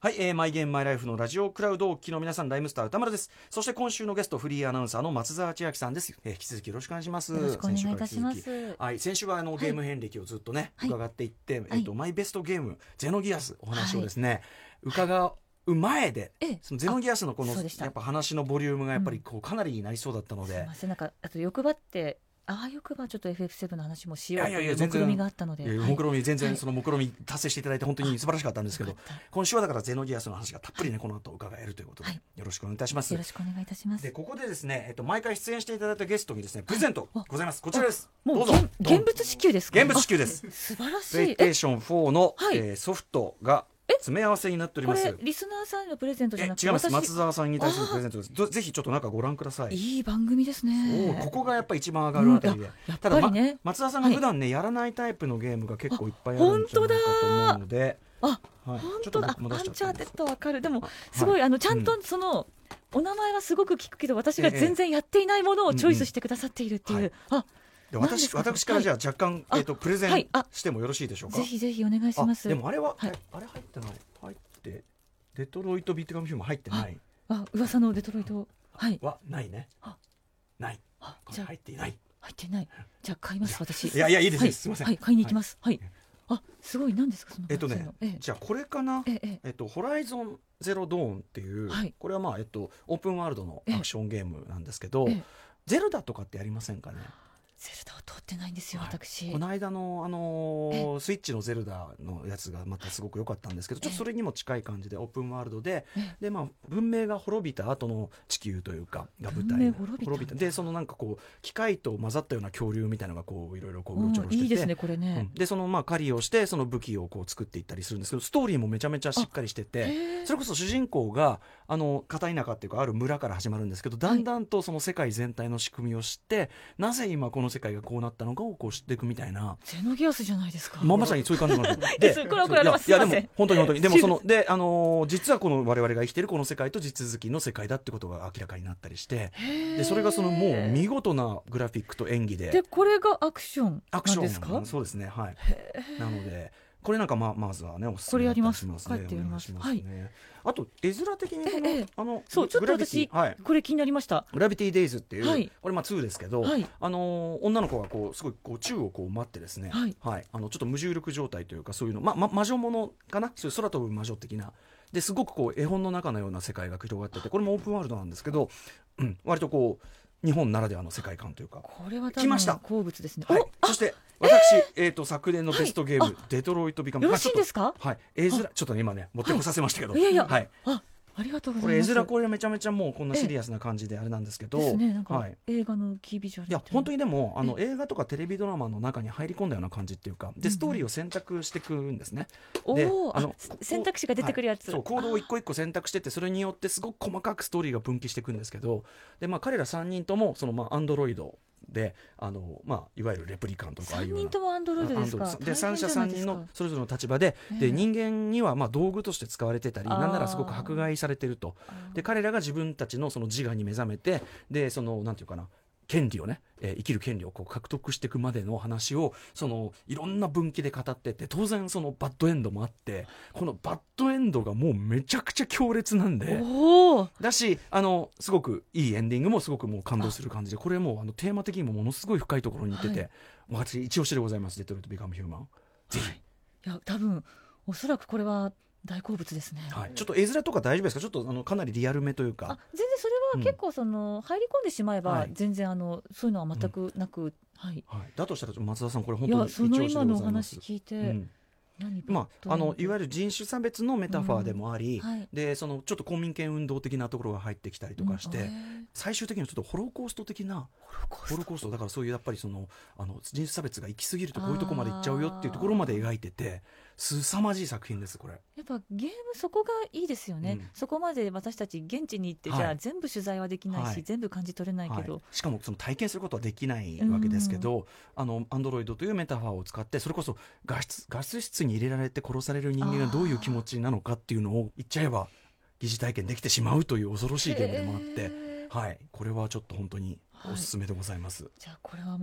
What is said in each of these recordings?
はい、マイゲームマイライフのラジオクラウドをお聞きの皆さん、ライムスター歌丸です。そして今週のゲスト、フリーアナウンサーの松澤千秋さんです。引き続きよろしくお願いします。 よろしくお願いいたします。 はい、先週はゲーム遍歴をずっとね、伺っていって、マイベストゲームゼノギアスお話をですね、伺う前で、そのゼノギアスのこのやっぱ話のボリュームがやっぱりこうかなりになりそうだったので、 すいません、なんかあと欲張ってよくばちょっと FF7 の話もしようという目論みがあったので、 目論み全然その目論み達成していただいて本当に素晴らしかったんですけど、今週はだからゼノギアスの話がたっぷりねこの後伺えるということで、よろしくお願いいたします。 よろしくお願いいたします。 でここでですね、毎回出演していただいたゲストにですねプレゼントございます。こちらです。 もう現物支給ですか？ 現物支給です。 素晴らしい。 プレイステーション4のソフトが詰め合わせになっております。 これリスナーさんへのプレゼントじゃなくて、 違います。松澤さんに対するプレゼントです。ぜひちょっと中ご覧ください。 いい番組ですね。 ここがやっぱり一番上がるあたりで、 ただ松澤さんが普段ねやらないタイプのゲームが結構いっぱいあるんじゃないかと思うので、 本当だ。アンチャーテッドわかる。でもすごいちゃんとそのお名前はすごく聞くけど、私が全然やっていないものをチョイスしてくださっているっていう。 私からじゃあ若干プレゼンしてもよろしいでしょうか。 ぜひぜひお願いします。 でもあれ入ってない。デトロイトビートガムフィルム入ってない。 噂のデトロイトはないね。ない。じゃあ入っていない。 じゃあ買います私。 いやいいです。すみません。 買いに行きます。すごい。何ですかその。 じゃあこれかな。ホライゾンゼロドーンっていう、これはオープンワールドのアクションゲームなんですけど、ゼルダとかってやりませんかね。 ゼルダを通ってないんですよ、私。 この間のスイッチのゼルダのやつがまたすごく良かったんですけど、ちょっとそれにも近い感じでオープンワールドで、文明が滅びた後の地球というかが舞台で滅びたで、そのなんかこう機械と混ざったような恐竜みたいなのがこういろいろこううろちょろしてて、 いいですねこれね。 でその狩りをしてその武器をこう作っていったりするんですけど、ストーリーもめちゃめちゃしっかりしてて、それこそ主人公が片田舎っていうかある村から始まるんですけど、だんだんとその世界全体の仕組みを知って、なぜ今この世界がこうなったのかをこう知っていくみたいな。 ゼノギアスじゃないですか。 まさにそういう感じなんで。 これ怒られます。 いやでも本当にでも実はこの我々が生きているこの世界と地続きの世界だってことが明らかになったりして、でそれがそのもう見事なグラフィックと演技で。 でこれがアクションなんですか？ そうですね。はい。なので。これなんかまずはねおすすめだったりしますね。 これやります。 あと絵面的にそうちょっと私これ気になりました。 グラビティデイズっていうこれ2ですけど、女の子がこうすごいこう宙をこう待ってですね、ちょっと無重力状態というかそういうの魔女ものかな、そういう空飛ぶ魔女的なですごくこう絵本の中のような世界が広がってて、これもオープンワールドなんですけど、割とこう日本ならではの世界観というか。 これは多分好物ですね。 そして私、昨年のベストゲームデトロイトビカム。 よろしいですか？ 絵面ちょっと今ね持ってこさせましたけど、 ありがとうございます。 これ絵面これめちゃめちゃもうこんなシリアスな感じであれなんですけど、 なんか映画のキービジュアルみたいな。 本当にでも映画とかテレビドラマの中に入り込んだような感じっていうか、でストーリーを選択していくんですね。で選択肢が出てくるやつ。 そう行動を一個一個選択してって、それによってすごく細かくストーリーが分岐していくんですけど、で彼ら3人ともそのアンドロイドでいわゆるレプリカンとか 3人ともアンドロイドですか？ で三者三人のそれぞれの立場で、人間には道具として使われてたり、なんならすごく迫害されてると。で彼らが自分たちのその自我に目覚めて、でそのなんていうかな、権利をね、生きる権利をこう獲得していくまでの話をそのいろんな分岐で語ってて、当然そのバッドエンドもあって、このバッドエンドがもうめちゃくちゃ強烈なんでだし、すごくいいエンディングもすごくもう感動する感じで、これもテーマ的にもものすごい深いところに行ってて、私一押しでございます。デトロイトビカムヒューマン、ぜひ。 いや多分おそらくこれは大好物ですね。 ちょっと絵面とか大丈夫ですか？ちょっとかなりリアルめというか。 全然それは結構入り込んでしまえば全然そういうのは全くなく、 だとしたら松田さんこれ本当に一押しでございます。 その今のお話聞いて、 いわゆる人種差別のメタファーでもあり、でそのちょっと公民権運動的なところが入ってきたりとかして、最終的にはちょっとホロコースト的なホロコーストだから、そういうやっぱりその人種差別が行き過ぎるとこういうところまで行っちゃうよっていうところまで描いてて、凄まじい作品です。これやっぱゲームそこがいいですよね。そこまで私たち現地に行ってじゃあ全部取材はできないし、全部感じ取れないけど、 しかもその体験することはできないわけですけど、アンドロイドというメタファーを使って、それこそガス室に入れられて殺される人間がどういう気持ちなのかっていうのを言っちゃえば疑似体験できてしまうという恐ろしいゲームでもあって、これはちょっと本当におすすめでございます。 じゃあこれはもう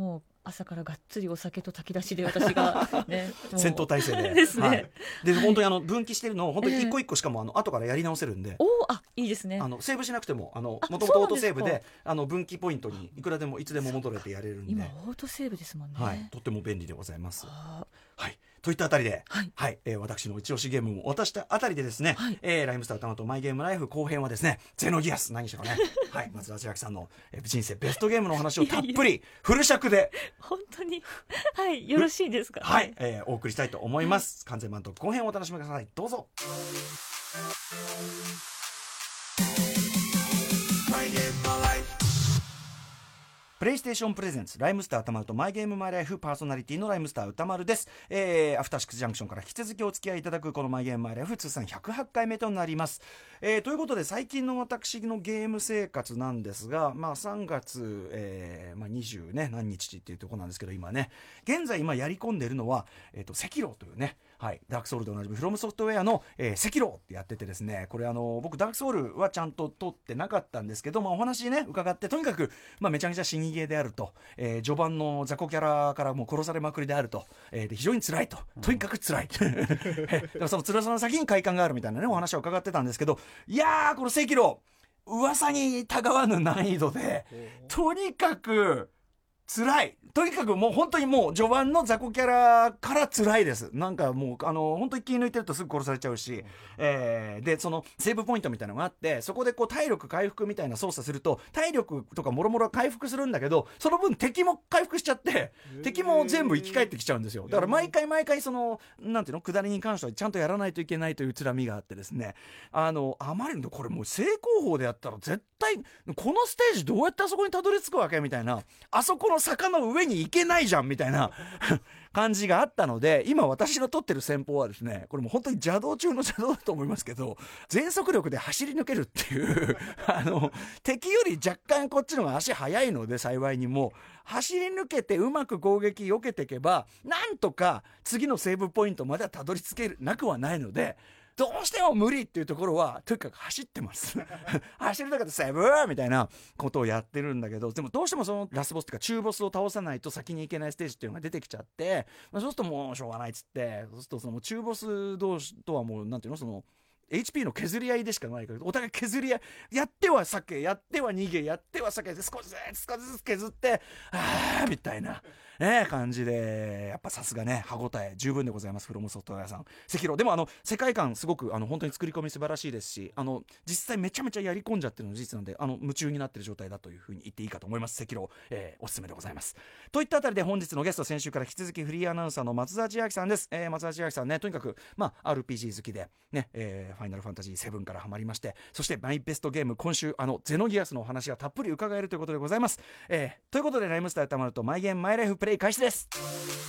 朝からがっつりお酒と炊き出しで私が、ね、 戦闘態勢でですね、 はい、で本当に分岐してるのを本当に一個一個しかも後からやり直せるんで、 いいですね。 セーブしなくてももともとオートセーブで分岐ポイントにいくらでもいつでも戻れてやれるんで、 今オートセーブですもんね、 はい、とっても便利でございます。はい、といったあたりで、はいはい、私の一押しゲームも渡したあたりでですね、はい、ライムスター歌丸とマイゲームライフ後編はですね、ゼノギアス何でしょうかねはい、松田千秋さんの人生ベストゲームのお話をたっぷりフル尺で本当にはいよろしいですか。 はい、お送りしたいと思います、はい、完全版と後編をお楽しみください。どうぞ。プレイステーションプレゼンツライムスター歌丸とマイゲームマイライフ、パーソナリティのライムスター歌丸です。アフターシックスジャンクションから引き続きお付き合いいただくこのマイゲームマイライフ通算108回目となります。ということで最近の私のゲーム生活なんですが、3月、20、ね、何日っていうところなんですけど、今ね現在やり込んでいるのは、赤狼というね、はい、ダークソウルと同じフロムソフトウェアの、赤狼ってやっててですね、これ僕ダークソウルはちゃんと撮ってなかったんですけど、お話ね伺ってとにかく、めちゃめちゃ死にゲーであると、序盤の雑魚キャラからもう殺されまくりであると、で非常に辛いと、とにかく辛いでもその辛さの先に快感があるみたいなねお話を伺ってたんですけど、いやーこの赤狼噂にたがわぬ難易度でとにかく辛い、とにかくもう本当にもう序盤の雑魚キャラから辛いです。なんかもう本当に気抜いてるとすぐ殺されちゃうし、でそのセーブポイントみたいなのがあって、そこでこう体力回復みたいな操作すると体力とかもろもろ回復するんだけど、その分敵も回復しちゃって敵も全部生き返ってきちゃうんですよ。だから毎回そのなんていうの下りに関してはちゃんとやらないといけないという辛みがあってですね、あまりにもこれもう正攻法でやったら絶対このステージどうやってあそこにたどり着くわけみたいな、あそこの坂の上に行けないじゃんみたいな感じがあったので、今私の取ってる戦法はですね、これもう本当に邪道中の邪道だと思いますけど、全速力で走り抜けるっていう敵より若干こっちの方が足速いので、幸いにも走り抜けてうまく攻撃避けていけばなんとか次のセーブポイントまではたどり着けなくはないので、どうしても無理っていうところはとにかく走ってます走るだけでセーブみたいなことをやってるんだけど、でもどうしてもそのラスボスっていうか中ボスを倒さないと先に行けないステージっていうのが出てきちゃって、そうするともうしょうがないっつって、そうするとその中ボス同士とはもうなんていうの、そのHP の削り合いでしかないから、お互い削り合い、やっては避け、やっては逃げ、やっては避けて少しずつ削ってみたいな感じで、やっぱさすがね歯応え十分でございます、フロムソフトウェアさん。赤狼でも世界観すごく本当に作り込み素晴らしいですし、実際めちゃめちゃやり込んじゃってるの事実なんで、夢中になってる状態だというふうに言っていいかと思います。赤狼、おすすめでございます。といったあたりで本日のゲスト、先週から引き続きフリーアナウンサーの松田千秋さんです。松田千秋さんね、とにかくRPG 好きでね、ファイナルファンタジー7からハマりまして、そしてマイベストゲーム今週ゼノギアスのお話がたっぷり伺えるということでございます。ということでライムスター歌丸とマイゲームマイライフプレイ開始です。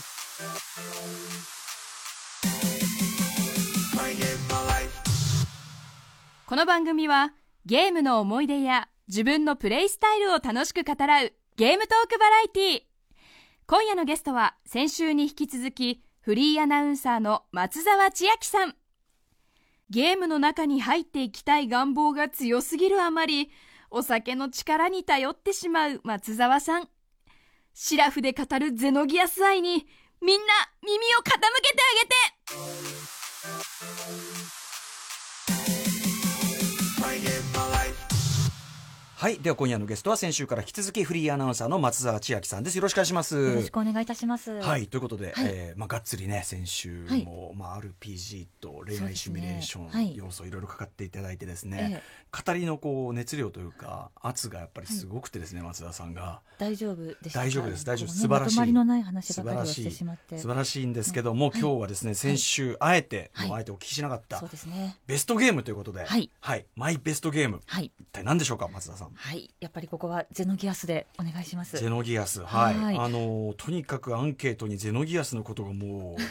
この番組はゲームの思い出や自分のプレイスタイルを楽しく語らうゲームトークバラエティー。今夜のゲストは先週に引き続きフリーアナウンサーの松澤千秋さん。ゲームの中に入っていきたい願望が強すぎるあまり、お酒の力に頼ってしまう松澤さん。シラフで語るゼノギアス愛にみんな耳を傾けてあげて。 はい、では今夜のゲストは先週から引き続きフリーアナウンサーの松澤千秋さんです。よろしくお願いします。 よろしくお願いいたします。 はい、ということで、がっつりね先週も、RPG と恋愛シミュレーション要素いろいろかかっていただいてですね、語りのこう熱量というか圧がやっぱりすごくてですね、松田さんが大丈夫でしたか？ 大丈夫です、大丈夫です、 素晴らしい、まとまりのない話ばかりをしてしまって素晴らしいんですけども、今日はですね先週あえてお聞きしなかったベストゲームということで、マイベストゲーム、一体何でしょうか、松田さん。 はい、やっぱりここはゼノギアスでお願いします。 ゼノギアス、とにかくアンケートにゼノギアスのことがもう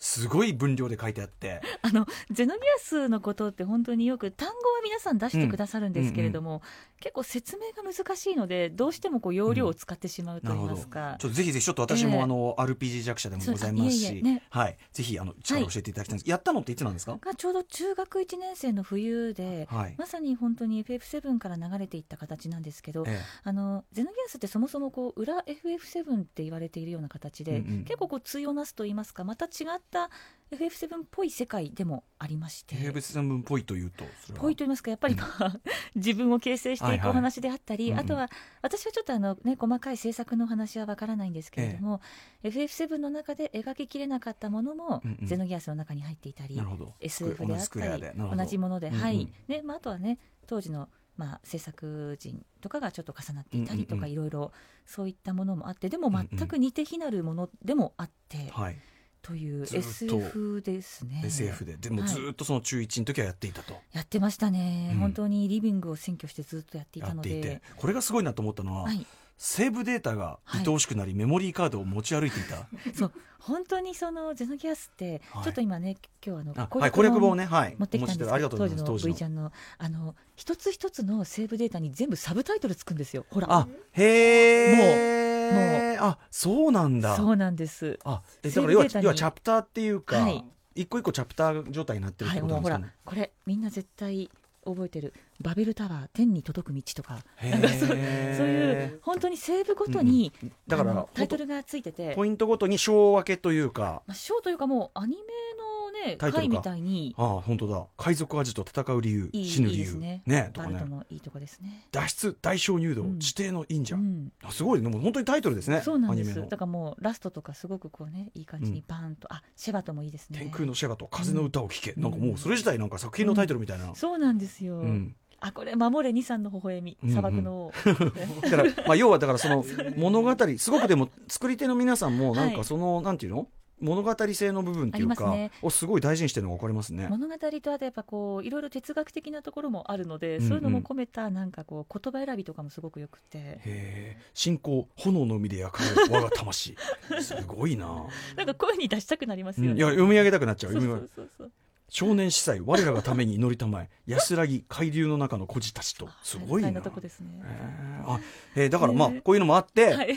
すごい分量で書いてあって、 ゼノギアスのことって本当によく単語は皆さん出してくださるんですけれども、結構説明が難しいのでどうしてもこう容量を使ってしまうといいますか、 ちょっとぜひぜひちょっと私もRPG 弱者でもございますし、はい、ぜひ力教えていただきたいんです。やったのっていつなんですか？ がちょうど中学1年生の冬で、まさに本当に FF7 から流れていった形なんですけど、ゼノギアスってそもそもこう裏 FF7 って言われているような形で、結構こう対をなすと言いますか、また違ったFF7 っぽい世界でもありまして、 FF7 っぽいというとそれはぽいと言いますか、やっぱり自分を形成していくお話であったり、あとは私はちょっと細かい制作の話はわからないんですけれども、FF7 の中で描ききれなかったものもゼノギアスの中に入っていたり、SF であったり同じもので、あとはね、当時の制作陣とかがちょっと重なっていたりとか、いろいろそういったものもあって、でも全く似て非なるものでもあって、という SF ですね。 SF でもずっとその中1の時はやっていたと、 やってましたね、本当にリビングを占拠してずっとやっていたので、 これがすごいなと思ったのは、セーブデータが愛おしくなり、メモリーカードを持ち歩いていた。 そう本当にそのゼノギアスって、ちょっと今ね、今日攻略本をね、 持ってきたんですけど、当時の V ちゃんの一つ一つのセーブデータに全部サブタイトルつくんですよ。ほら、 へー、そうなんだ。 そうなんです。 だから要はチャプターっていうか、一個一個チャプター状態になってるってことなんですかね。 もうほら、これみんな絶対覚えてるバベルタワー、天に届く道とか、そういう本当にセーブごとに、だからタイトルがついてて、 ポイントごとに章分けというか、 章というか、もうアニメのね回みたいに、 本当だ、海賊アジト戦う理由、死ぬ理由ね、 バルトのいいとこですね。 脱出、大小入道、指定の忍者、すごいね、もう本当にタイトルですね。 そうなんです。だからもうラストとかすごくこうね、いい感じにバーンと、シェバトもいいですね。 天空のシェバト、風の歌を聴け、なんかもうそれ自体なんか作品のタイトルみたいな。 そうなんですよ。これ守れ23の微笑み、砂漠のだから要はだからその物語、すごくでも作り手の皆さんもなんかその、なんていうの、物語性の部分っていうかをすごい大事にしてるのが分かりますね。 物語とあとやっぱこういろいろ哲学的なところもあるので、そういうのも込めたなんかこう言葉選びとかもすごくよくて、 信仰、炎の海で焼かれる我が魂すごいな。 なんか声に出したくなりますよね。 読み上げたくなっちゃう。少年司祭、我らがために祈りたまえ、安らぎ海流の中の孤児たちと。すごいな。 とこですね。 だからこういうのもあって、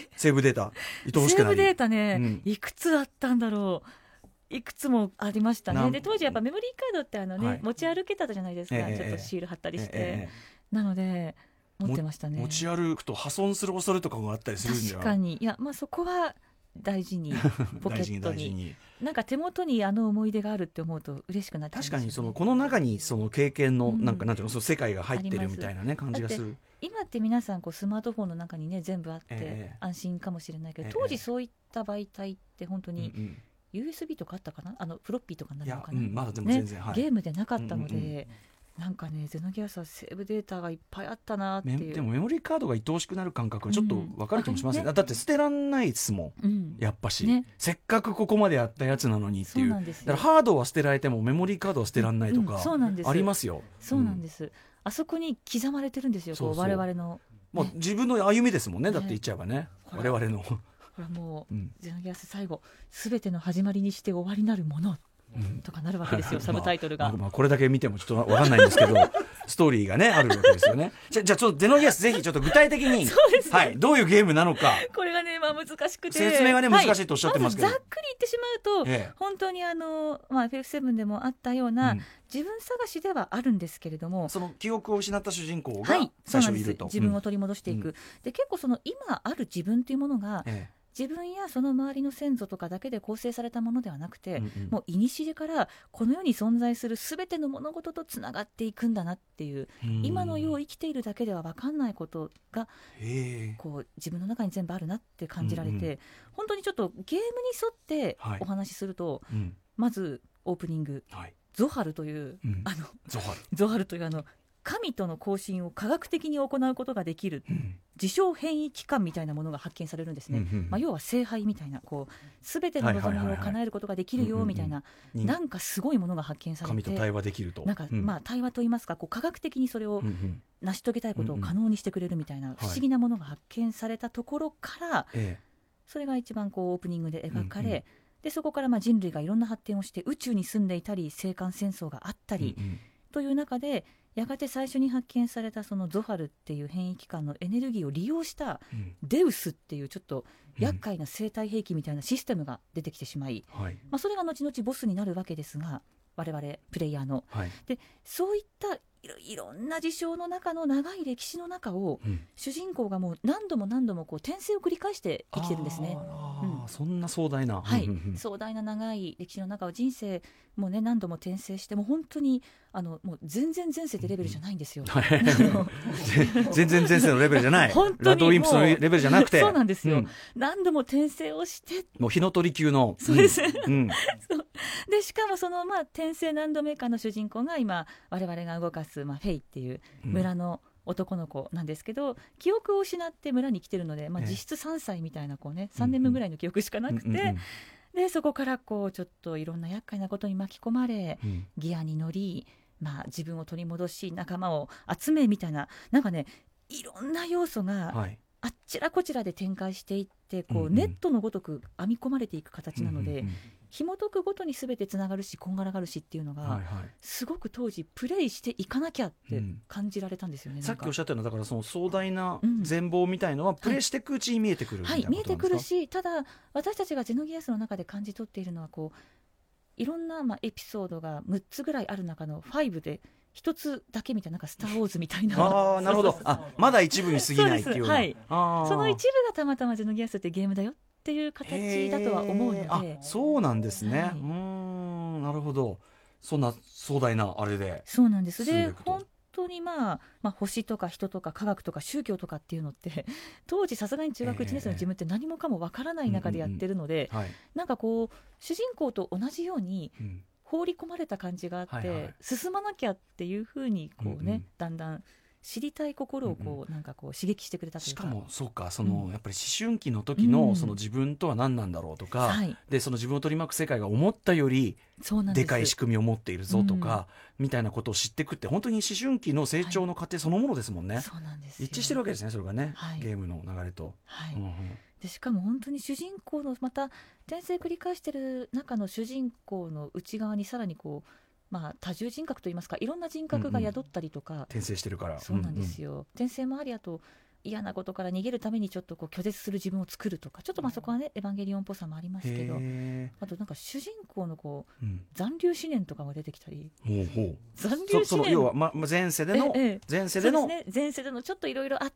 セーブデータ愛おしくなり、 セーブデータね、いくつあったんだろう。いくつもありましたね。で当時やっぱメモリーカードって持ち歩けたじゃないですか、ちょっとシール貼ったりして、なので持ってましたね。 持ち歩くと破損する恐れとかがあったりするんじゃ。 確かに、いや、そこは大事にポケットになんか手元に思い出があるって思うと嬉しくなっちゃいますね。 確かにこの中にその経験のなんていうの、その世界が入ってるみたいなね、感じがする。 今って皆さんスマートフォンの中にね全部あって安心かもしれないけど、当時そういった媒体って本当に USB とかあったかな、フロッピーとかになるのかな、 まだでも全然、 ゲームでなかったので、なんかね、ゼノギアスはセーブデータがいっぱいあったなっていう。 でもメモリーカードが愛おしくなる感覚はちょっと分かる気もしますね。だって捨てらんないですもん、やっぱし、せっかくここまでやったやつなのにっていう。だからハードは捨てられてもメモリーカードは捨てらんないとかありますよ。 そうなんです。あそこに刻まれてるんですよ、我々の、 自分の歩みですもんね。だって言っちゃえばね、我々のほらもう、ゼノギアス最後すべての始まりにして終わりなるものとかなるわけですよ、サブタイトルが。 これだけ見てもちょっと分かんないんですけどストーリーがねあるわけですよね。じゃあちょっとゼノギアスぜひちょっと具体的にどういうゲームなのか。 これがね、難しくて説明がね難しいとおっしゃってますけど、 ざっくり言ってしまうと、本当にFF7 でもあったような、自分探しではあるんですけれども、 その記憶を失った主人公が最初いると、 自分を取り戻していく、で結構その今ある自分というものが、自分やその周りの先祖とかだけで構成されたものではなくて、もう古からこの世に存在するすべての物事とつながっていくんだなっていう、今の世を生きているだけでは分かんないことが自分の中に全部あるなって感じられて、本当にちょっとゲームに沿ってお話しすると、まずオープニング、ゾハルという、ゾハルという神との交信を科学的に行うことができる、自称変異器官みたいなものが発見されるんですね。要は聖杯みたいな、全ての望みを叶えることができるよみたいな、なんかすごいものが発見されて、 神と対話できると、 なんか対話といいますか、科学的にそれを成し遂げたいことを可能にしてくれるみたいな不思議なものが発見されたところから、それが一番オープニングで描かれ、 でそこからまあ人類がいろんな発展をして宇宙に住んでいたり青函戦争があったり、という中でやがて最初に発見されたそのゾハルっていう変異器官のエネルギーを利用したデウスっていうちょっと厄介な生態兵器みたいなシステムが出てきてしまい、まあ、それが後々ボスになるわけですが、我々プレイヤーの、でそういったいろんな事象の中の長い歴史の中を、主人公がもう何度も何度もこう転生を繰り返して生きてるんですね。 そんな壮大な、 壮大な長い歴史の中を人生もね何度も転生して、もう本当にもう全然前世ってレベルじゃないんですよ。 全然前世のレベルじゃない本当にラッドウィンプスのレベルじゃなくて、 そうなんですよ、何度も転生をしてもう火の鳥級の、 そうです、そうでしかもその、まあ、転生何度目かの主人公が今我々が動かす、まあ、フェイっていう村の男の子なんですけど、記憶を失って村に来てるので、まあ、実質3歳みたいな子ね、3年分ぐらいの記憶しかなくて、でそこからこうちょっといろんな厄介なことに巻き込まれ、ギアに乗り、まあ、自分を取り戻し仲間を集めみたいな、なんかねいろんな要素があっちらこちらで展開していって、こうネットのごとく編み込まれていく形なので、紐解くごとに全てつながるしこんがらがるしっていうのが、すごく当時プレイしていかなきゃって感じられたんですよね。 さっきおっしゃったような、だからその壮大な全貌みたいのはプレイしていくうちに見えてくるみたいなことなんですか？ 見えてくるし、ただ私たちがゼノギアスの中で感じ取っているのは、こういろんな、まあ、エピソードが6つぐらいある中の5で1つだけみたいな、なんかスター・ウォーズみたいななるほど、まだ一部に過ぎないっていうような、 その一部がたまたまゼノギアスってゲームだよっていう形だとは思うので。 そうなんですね、なるほど、そんな壮大なあれで。 そうなんです。で本当に、まあ、星とか人とか科学とか宗教とかっていうのって当時さすがに中学1年生の自分って何もかもわからない中でやってるので、なんかこう主人公と同じように放り込まれた感じがあって、進まなきゃっていうふうにこうね、だんだん知りたい心をこう、なんかこう刺激してくれたというか。 しかもそうか、そのやっぱり思春期の時のその自分とは何なんだろうとか、でその自分を取り巻く世界が思ったよりでかい仕組みを持っているぞとか、みたいなことを知っていくって、本当に思春期の成長の過程そのものですもんね。 そうなんですよ。 一致してるわけですね、それがね、ゲームの流れと。 でしかも本当に主人公のまた転生繰り返してる中の主人公の内側にさらにこう、まあ、多重人格といいますか、いろんな人格が宿ったりとか、 転生してるから。 そうなんですよ、転生もあり、あと嫌なことから逃げるためにちょっとこう拒絶する自分を作るとか、ちょっとまあそこはねエヴァンゲリオンっぽさもありますけど、あとなんか主人公のこう、残留思念とかも出てきたり、残留思念、 要は、前世での、前世での、 前世でのちょっといろいろあって、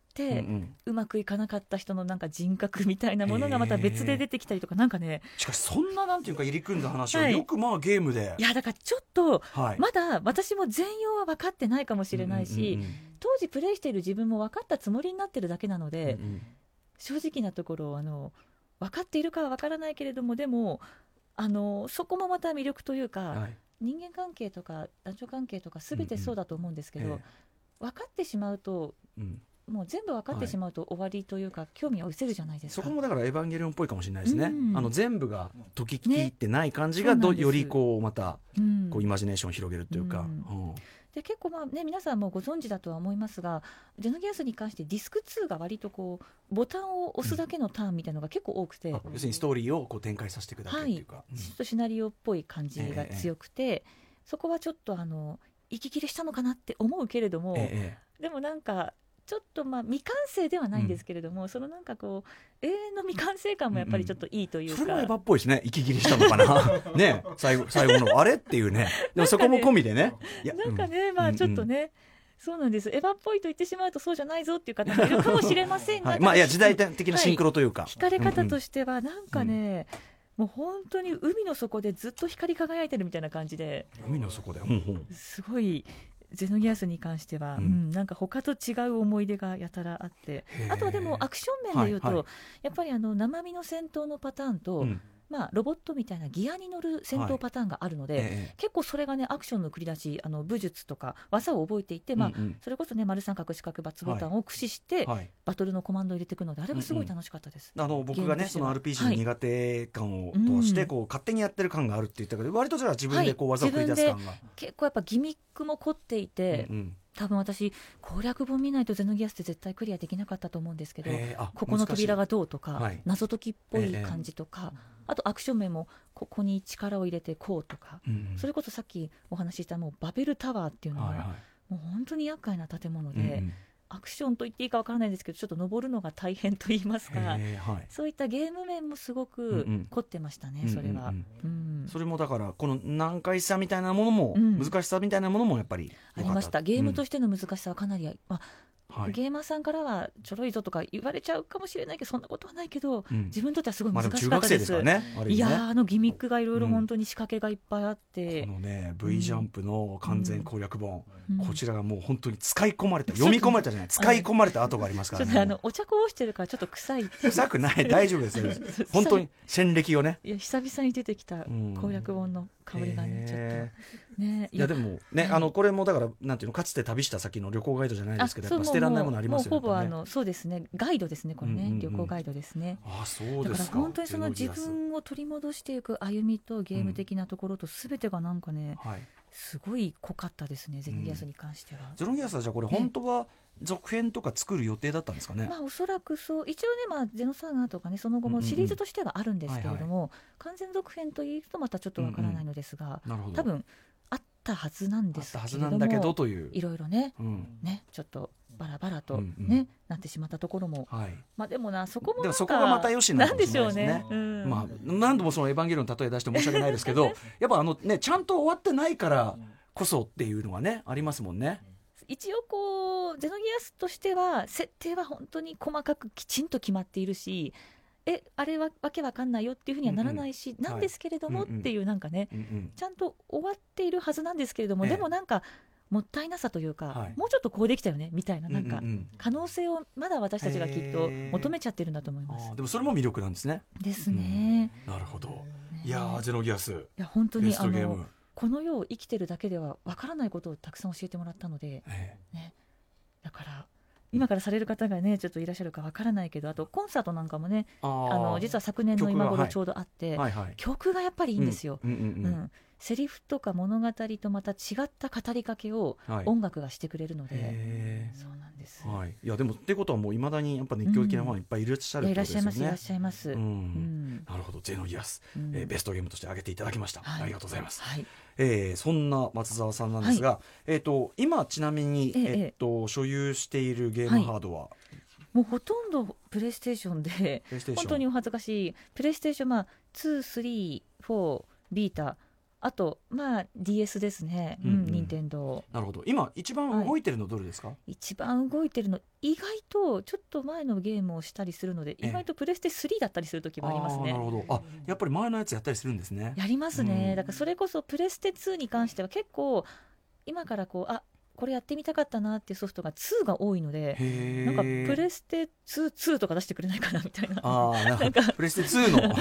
うまくいかなかった人のなんか人格みたいなものがまた別で出てきたりとか、なんかね、 しかしそんななんていうか入り組んだ話をよくまあゲームで、 いやだからちょっと、まだ私も全容は分かってないかもしれないし、当時プレイしている自分も分かったつもりになってるだけなので、正直なところ分かっているかは分からないけれども、でもそこもまた魅力というか、人間関係とか男女関係とか全てそうだと思うんですけど、分かってしまうと、もう全部分かってしまうと終わりというか、興味は失せるじゃないですか。 そこもだからエヴァンゲリオンっぽいかもしれないですね。全部が解き切ってない感じがよりこうまたこうイマジネーションを広げるというか。 で結構皆さんもご存知だとは思いますが、ゼノギアスに関してディスク2が割とこうボタンを押すだけのターンみたいなのが結構多くて、 要するにストーリーをこう展開させていくだけっていうか、 ちょっとシナリオっぽい感じが強くて、そこはちょっと息切れしたのかなって思うけれども、でもなんかちょっと未完成ではないんですけれども、そのなんかこう永遠の未完成感もやっぱりちょっといいというか、 それもエヴァっぽいですね。息切りしたのかなね、最後のあれっていうね。でもそこも込みでね、 なんかね、ちょっとね、そうなんです。エヴァっぽいと言ってしまうとそうじゃないぞっていう方もいるかもしれませんが、 いや時代的なシンクロというか、 惹かれ方としてはなんかね、もう本当に海の底でずっと光り輝いてるみたいな感じで、 海の底で、 すごいゼノギアスに関しては、なんか他と違う思い出がやたらあって、あとはでもアクション面でいうと、やっぱり生身の戦闘のパターンと、ロボットみたいなギアに乗る戦闘パターンがあるので、結構それがねアクションの繰り出し、武術とか技を覚えていて、それこそね丸三角四角×ボタンを駆使して、バトルのコマンドを入れていくので、あれはすごい楽しかったです。 僕がねその RPG の苦手感を通してこう勝手にやってる感があるって言ったけど、割とじゃあ自分でこう技を繰り出す感が、 結構やっぱギミックも凝っていて、 多分私攻略本見ないとゼノギアスって絶対クリアできなかったと思うんですけど、ここの扉がどうとか、はい、謎解きっぽい感じとか、あとアクション面もここに力を入れてこうとか、それこそさっきお話ししたもうバベルタワーっていうのは、もう本当に厄介な建物で、アクションと言っていいかわからないんですけど、ちょっと登るのが大変と言いますか、はい、そういったゲーム面もすごく凝ってましたね、それは、 それもだからこの難解さみたいなものも、難しさみたいなものもやっぱりありました。ゲームとしての難しさはかなり、ゲーマーさんからはちょろいぞとか言われちゃうかもしれないけど、そんなことはないけど、自分にとってはすごい難しかったです。いやギミックがいろいろ本当に仕掛けがいっぱいあって、 このね V ジャンプの完全攻略本、こちらがもう本当に使い込まれた、読み込まれたじゃない、使い込まれた跡がありますからね。 ちょっとお茶こぼしてるからちょっと臭くない、大丈夫ですよ本当に戦歴をね、 いや久々に出てきた攻略本の香りがね、ちょっとね、 いやでもね、これもだからなんていうの、かつて旅した先の旅行ガイドじゃないですけど、やっぱ捨てられないものありますよね。 もうほぼそうですね、ガイドですね、これね、旅行ガイドですね。 そうですか。 だから本当にその自分を取り戻していく歩みとゲーム的なところと全てがなんかね、すごい濃かったですね、ゼノギアスに関しては。 ゼノギアスはじゃあこれ本当は続編とか作る予定だったんですかね。 おそらくそう、一応ね、ゼノサーガーとかね、その後もシリーズとしてはあるんですけれども、完全続編というとまたちょっとわからないのですが、多分あったはずなんですけれども、いろいろね、ちょっとバラバラとね、なってしまったところも、でもな、そこもでもそこがまたよしなんでしょうね。何度もそのエヴァンゲリオンの例え出して申し訳ないですけどやっぱちゃんと終わってないからこそっていうのがねありますもんね。 一応こうゼノギアスとしては設定は本当に細かくきちんと決まっているし、あれはわけわかんないよっていうふうにはならないし、なんですけれどもっていうなんかね、ちゃんと終わっているはずなんですけれども、でもなんかもったいなさというか、もうちょっとこうできたよねみたいな、なんか可能性をまだ私たちがきっと求めちゃってるんだと思います。 でもそれも魅力なんですね。 ですね。 なるほど。いやゼノギアス、いや本当にこの世を生きてるだけではわからないことをたくさん教えてもらったので、だから今からされる方がねちょっといらっしゃるかわからないけど、あとコンサートなんかもね、実は昨年の今頃ちょうどあって、曲がやっぱりいいんですよ。セリフとか物語とまた違った語りかけを音楽がしてくれるので、そうなんです。 いやでもってことはもういまだにやっぱ熱狂的なファンいっぱいいらっしゃるってことですよね。 いらっしゃいます。 なるほど、ゼノギアス、ベストゲームとして挙げていただきました。ありがとうございます。そんな松澤さんなんですが、今ちなみに、所有しているゲームハードは、 もうほとんどプレイステーションで、本当にお恥ずかしい、プレイステーション、2、3、4、ビータ、あとDS ですね、任天堂。 なるほど。今一番動いてるのどれですか？ 一番動いてるの、意外とちょっと前のゲームをしたりするので、意外とプレステ3だったりする時もありますね。 なるほど。やっぱり前のやつやったりするんですね。 やりますね。だからそれこそプレステ2に関しては結構今からこれやってみたかったなっていうソフトが2が多いので、なんかプレステ2とか出してくれないかなみたいな。 なんかプレステ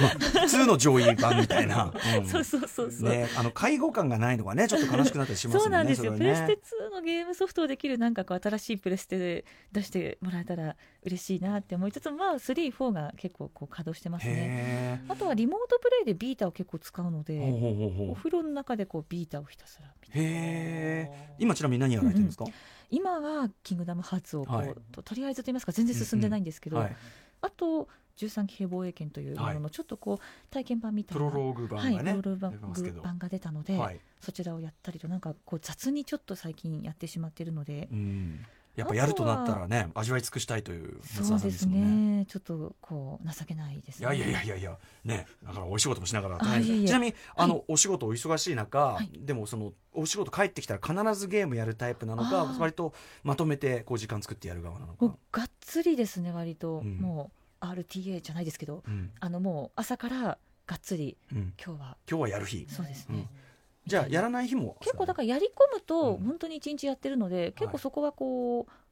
2の上位版みたいな。 そうね、介護感がないのがねちょっと悲しくなったりしますよね。 そうなんですよ。プレステ2のゲームソフトをできるなんか新しいプレステで出してもらえたら嬉しいなって思いつつ、3、4が結構稼働してますね。あとはリモートプレイでビータを結構使うので、お風呂の中でビータをひたすらみたいな。 今ちなみに何やられてるんですか？ 今はキングダムハーツをとりあえずと言いますか全然進んでないんですけど、あと13騎兵防衛権というもののちょっと体験版みたいなプロローグ版がね、 プロローグ版が出たので、そちらをやったりと、なんか雑にちょっと最近やってしまっているので、 やっぱやるとなったらね味わい尽くしたいという松田さんですもんね。 そうですね。ちょっと情けないですね。 いやね、だからお仕事もしながらちなみにお仕事お忙しい中、でもそのお仕事帰ってきたら必ずゲームやるタイプなのか、割とまとめて時間作ってやる側なのか。 がっつりですね。割ともう RTA じゃないですけど、もう朝からがっつり、今日はやる日。 そうですね。 じゃあやらない日も結構だからやり込むと本当に一日やってるので、結構そこは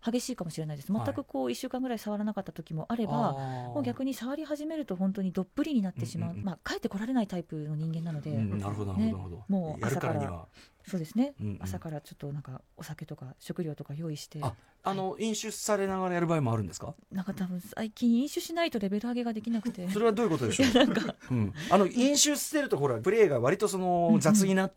激しいかもしれないです。全くこう1週間ぐらい触らなかった時もあれば、もう逆に触り始めると本当にどっぷりになってしまう、帰ってこられないタイプの人間なので、 なるほどなるほど、 もう朝からやるからにはそうですね、朝からちょっとなんかお酒とか食料とか用意して、 飲酒されながらやる場合もあるんですか？ なんか多分最近飲酒しないとレベル上げができなくてそれはどういうことでしょう？なんか、飲酒してるとほらプレーが割とその雑になって、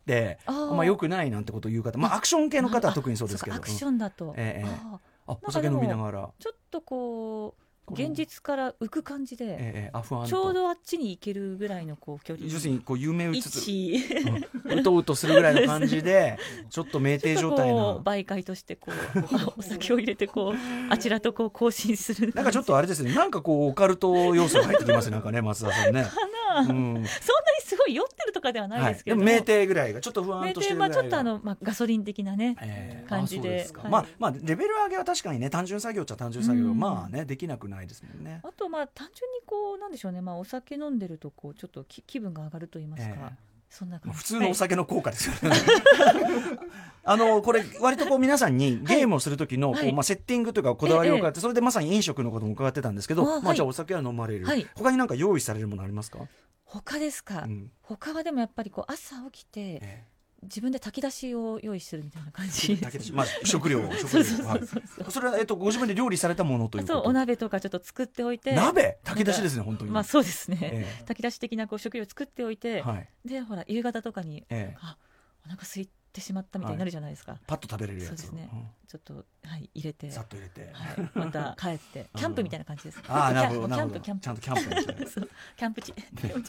良くないなんてことを言う方、アクション系の方は特にそうですけど、 アクションだと、 お酒飲みながらちょっとこう現実から浮く感じで、ちょうどあっちに行けるぐらいのこう距離、 要するにこう夢うつつうとうとするぐらいの感じでちょっと酩酊状態な媒介としてこうお酒を入れてこうあちらとこう交信するなんかちょっとあれですね、なんかこうオカルト要素が入ってきますね、なんかね、松田さんねそんなにすごい酔ってるとかではないですけど、 でも酩酊ぐらいがちょっと不安としてるぐらいが、 ちょっとガソリン的なね、感じで、 レベル上げは確かにね、単純作業っちゃ単純作業、できなくないですもんね。 あと単純にこうなんでしょうね、お酒飲んでるとこうちょっと気分が上がると言いますか、そんな感じ、 普通のお酒の効果ですよね、これ割とこう皆さんにゲームをする時のこう、セッティングというかこだわりを伺って、それでまさに飲食のことも伺ってたんですけど、じゃあお酒は飲まれる、他に何か用意されるものありますか？ 他ですか、他はでもやっぱりこう朝起きて、自分で炊き出しを用意するみたいな感じ、 食料それはご自分で料理されたものということ、 お鍋とかちょっっと作っておいて、 炊き出しですね、本当に。 そうですね、炊き出し的なこう食料を作っておいて、でほら夕方とかに、お腹空いてしまったみたいになるじゃないですか、 パッと食べれるやつ、 そうですね、ちょっっと入れてさっと入れて、 また帰ってキャンプみたいな感じです。 なるほど、 キャンプちゃんとキャンプみたいなキャンプ地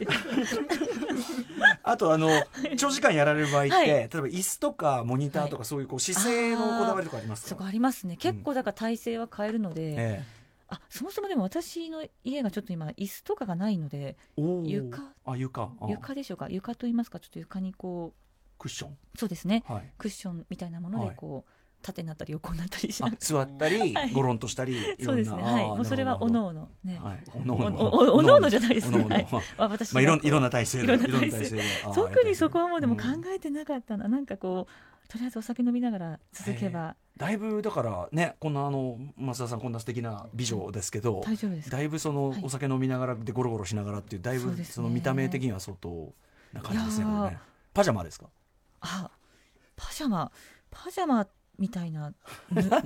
あと長時間やられる場合って、例えば椅子とかモニターとか、そういうこう姿勢のこだわりとかありますか？ そこありますね、結構だから体勢は変えるので、そもそもでも私の家がちょっと今椅子とかがないので、床でしょうか、床と言いますか、ちょっと床にこうクッション、 そうですね、クッションみたいなものでこう、縦になったり横になったりしなくて、 座ったりゴロンとしたり、 そうですね、もうそれはおのおのね、 おのおのじゃないですね、私いろんな体勢で、 特にそこはもうでも考えてなかったな、なんかこうとりあえずお酒飲みながら続けば、 だいぶだからね、こんな増田さんこんな素敵な美女ですけど、だいぶそのお酒飲みながらでゴロゴロしながらっていう、だいぶその見た目的には相当な感じですね、これね。パジャマですか？ パジャマみたいな布って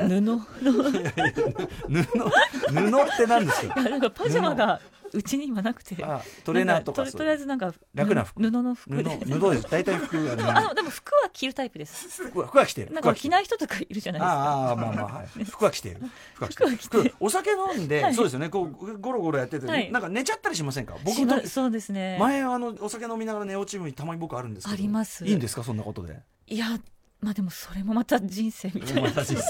何ですか？ なんかパジャマがうちに今なくて、 トレーナーとかとりあえずなんか楽な服、 布の服で、 布です。大体服でも服は着るタイプです。 服は着てる。 なんか着ない人とかいるじゃないですか。 服は着てる。お酒飲んで、そうですよね。こうゴロゴロやってて、なんか寝ちゃったりしませんか？僕とそうですね。 前お酒飲みながら寝落ちるのにたまに僕あるんですけど。 あります。 いいんですか、そんなことで？ いや。でもそれもまた人生みたいな、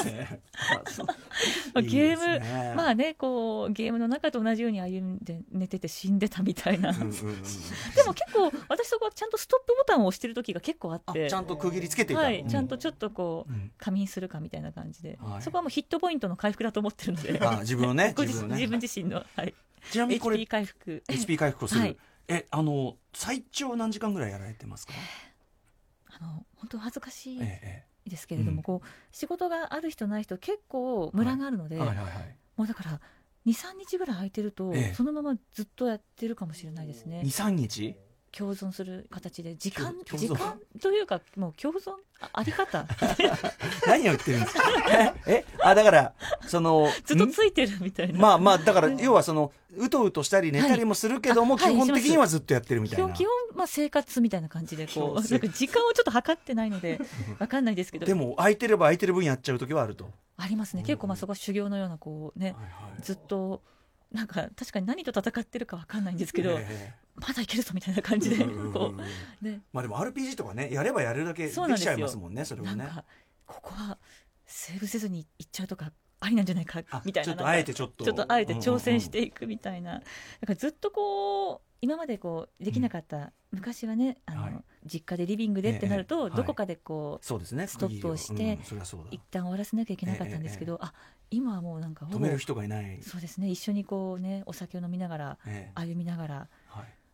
ゲームこうゲームの中と同じように歩んで寝てて死んでたみたいなでも結構私そこはちゃんとストップボタンを押してる時が結構あって、 ちゃんと区切りつけていた、 ちゃんとちょっとこう仮眠するかみたいな感じで、そこはもうヒットポイントの回復だと思ってるので、 自分自身の、 ちなみにこれ HP 回復をする、最長何時間ぐらいやられてますか？ 本当恥ずかしいですけれども、こう仕事がある人ない人結構ムラがあるので、もうだから 2,3 日ぐらい空いてると、そのままずっとやってるかもしれないですね。 2,3 日共存する形で時間というか、もう共存あり方何を言ってるんですか？だからそのずっとついてるみたいな、 だから要はそのうとうとしたり寝たりもするけども、基本的にはずっとやってるみたいな、 基本生活みたいな感じでこうなんか時間をちょっと測ってないので分かんないですけど、 でも空いてれば空いてる分やっちゃう時はあると。 ありますね。結構そこは修行のようなこうね、ずっとなんか確かに何と戦ってるか分かんないんですけど、まだいけるぞみたいな感じでこう、ね、 でも RPG とかね、やればやるだけできちゃいますもんね。それはね、 なんかここはセーブせずにいっちゃうとかありなんじゃないかみたいな、 ちょっとあえて挑戦していくみたいな、だからずっとこう今までこうできなかった、昔はね実家でリビングでってなると、どこかでこう、ストップをして一旦終わらせなきゃいけなかったんですけど、今はもうなんか止める人がいない。 そうですね、一緒にこうねお酒を飲みながら、歩みながら、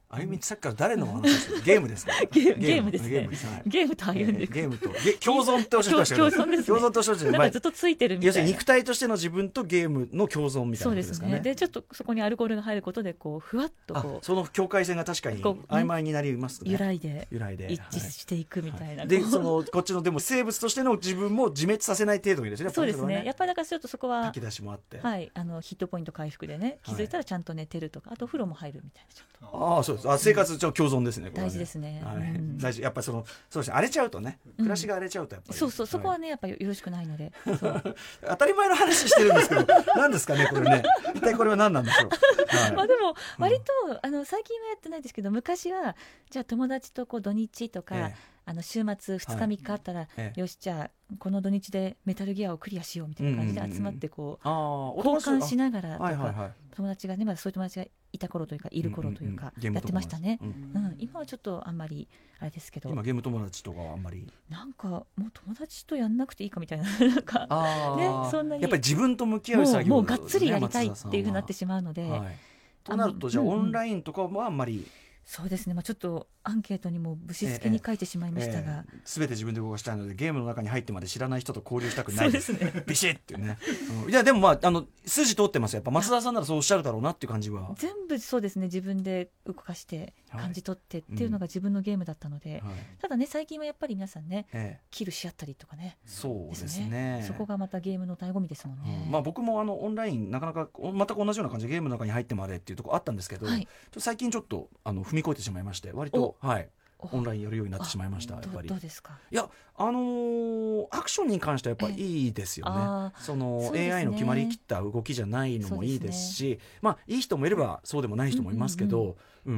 あゆみさっきから誰の話してるゲームですかゲームですね。ゲームと歩んでいく。 ゲームと共存っておっしゃってましたけど、 共存ですね。 共存とおっしゃってました。 なんかずっとついてるみたいな。 要するに肉体としての自分とゲームの共存みたいなことですかね。 そうですね。でちょっとそこにアルコールが入ることでこうふわっとこうその境界線が確かに曖昧になりますね。 揺らいで一致していくみたいな。 でこっちのでも生物としての自分も自滅させない程度にですね。 そうですね。やっぱりだからちょっとそこは書き出しもあって、 はい、ヒットポイント回復でね、気づいたらちゃんと寝てるとか、あとお風呂も入るみたいな。ちょっとそうです。生活共存ですね。 大事ですね。 大事。やっぱそうですね。荒れちゃうとね、暮らしが荒れちゃうとやっぱり、 そうそこはねやっぱりよろしくないので。 当たり前の話してるんですけど、何ですかねこれね。一体これは何なんでしょう。 まあでも割と最近はやってないですけど、昔はじゃあ友達とこう土日とか。週末2日3日あったら、よしじゃあこの土日でメタルギアをクリアしようみたいな感じで集まってこう、交換しながらとか、友達がねまだそういう友達がいた頃というかいる頃というかやってましたね。今はちょっとあんまりあれですけど、 今ゲーム友達とかはあんまりなんかもう友達とやんなくていいかみたいななんかね、そんなにやっぱり自分と向き合う作業もうがっつりやりたいっていうふうになってしまうので、 となるとじゃあオンラインとかはあんまり。 そうですね、ちょっとアンケートにもぶしつけに書いてしまいましたが、 全て自分で動かしたいのでゲームの中に入ってまで知らない人と交流したくないです。 そうですね。 ビシッっていうね。いやでも筋通ってます。やっぱ松田さんならそうおっしゃるだろうなっていう感じは。 全部そうですね。自分で動かして感じ取ってっていうのが自分のゲームだったので、ただね最近はやっぱり皆さんね、キルし合ったりとかね。 そうですね。 そこがまたゲームの醍醐味ですもんね。 僕もオンラインなかなか全く同じような感じでゲームの中に入ってまでっていうところあったんですけど、最近ちょっと踏み越えてしまいまして。割とオンラインやるようになってしまいました。やっぱりどうですか。 いやアクションに関してはやっぱりいいですよね。その AI の決まりきった動きじゃないのもいいですし、いい人もいればそうでもない人もいますけど、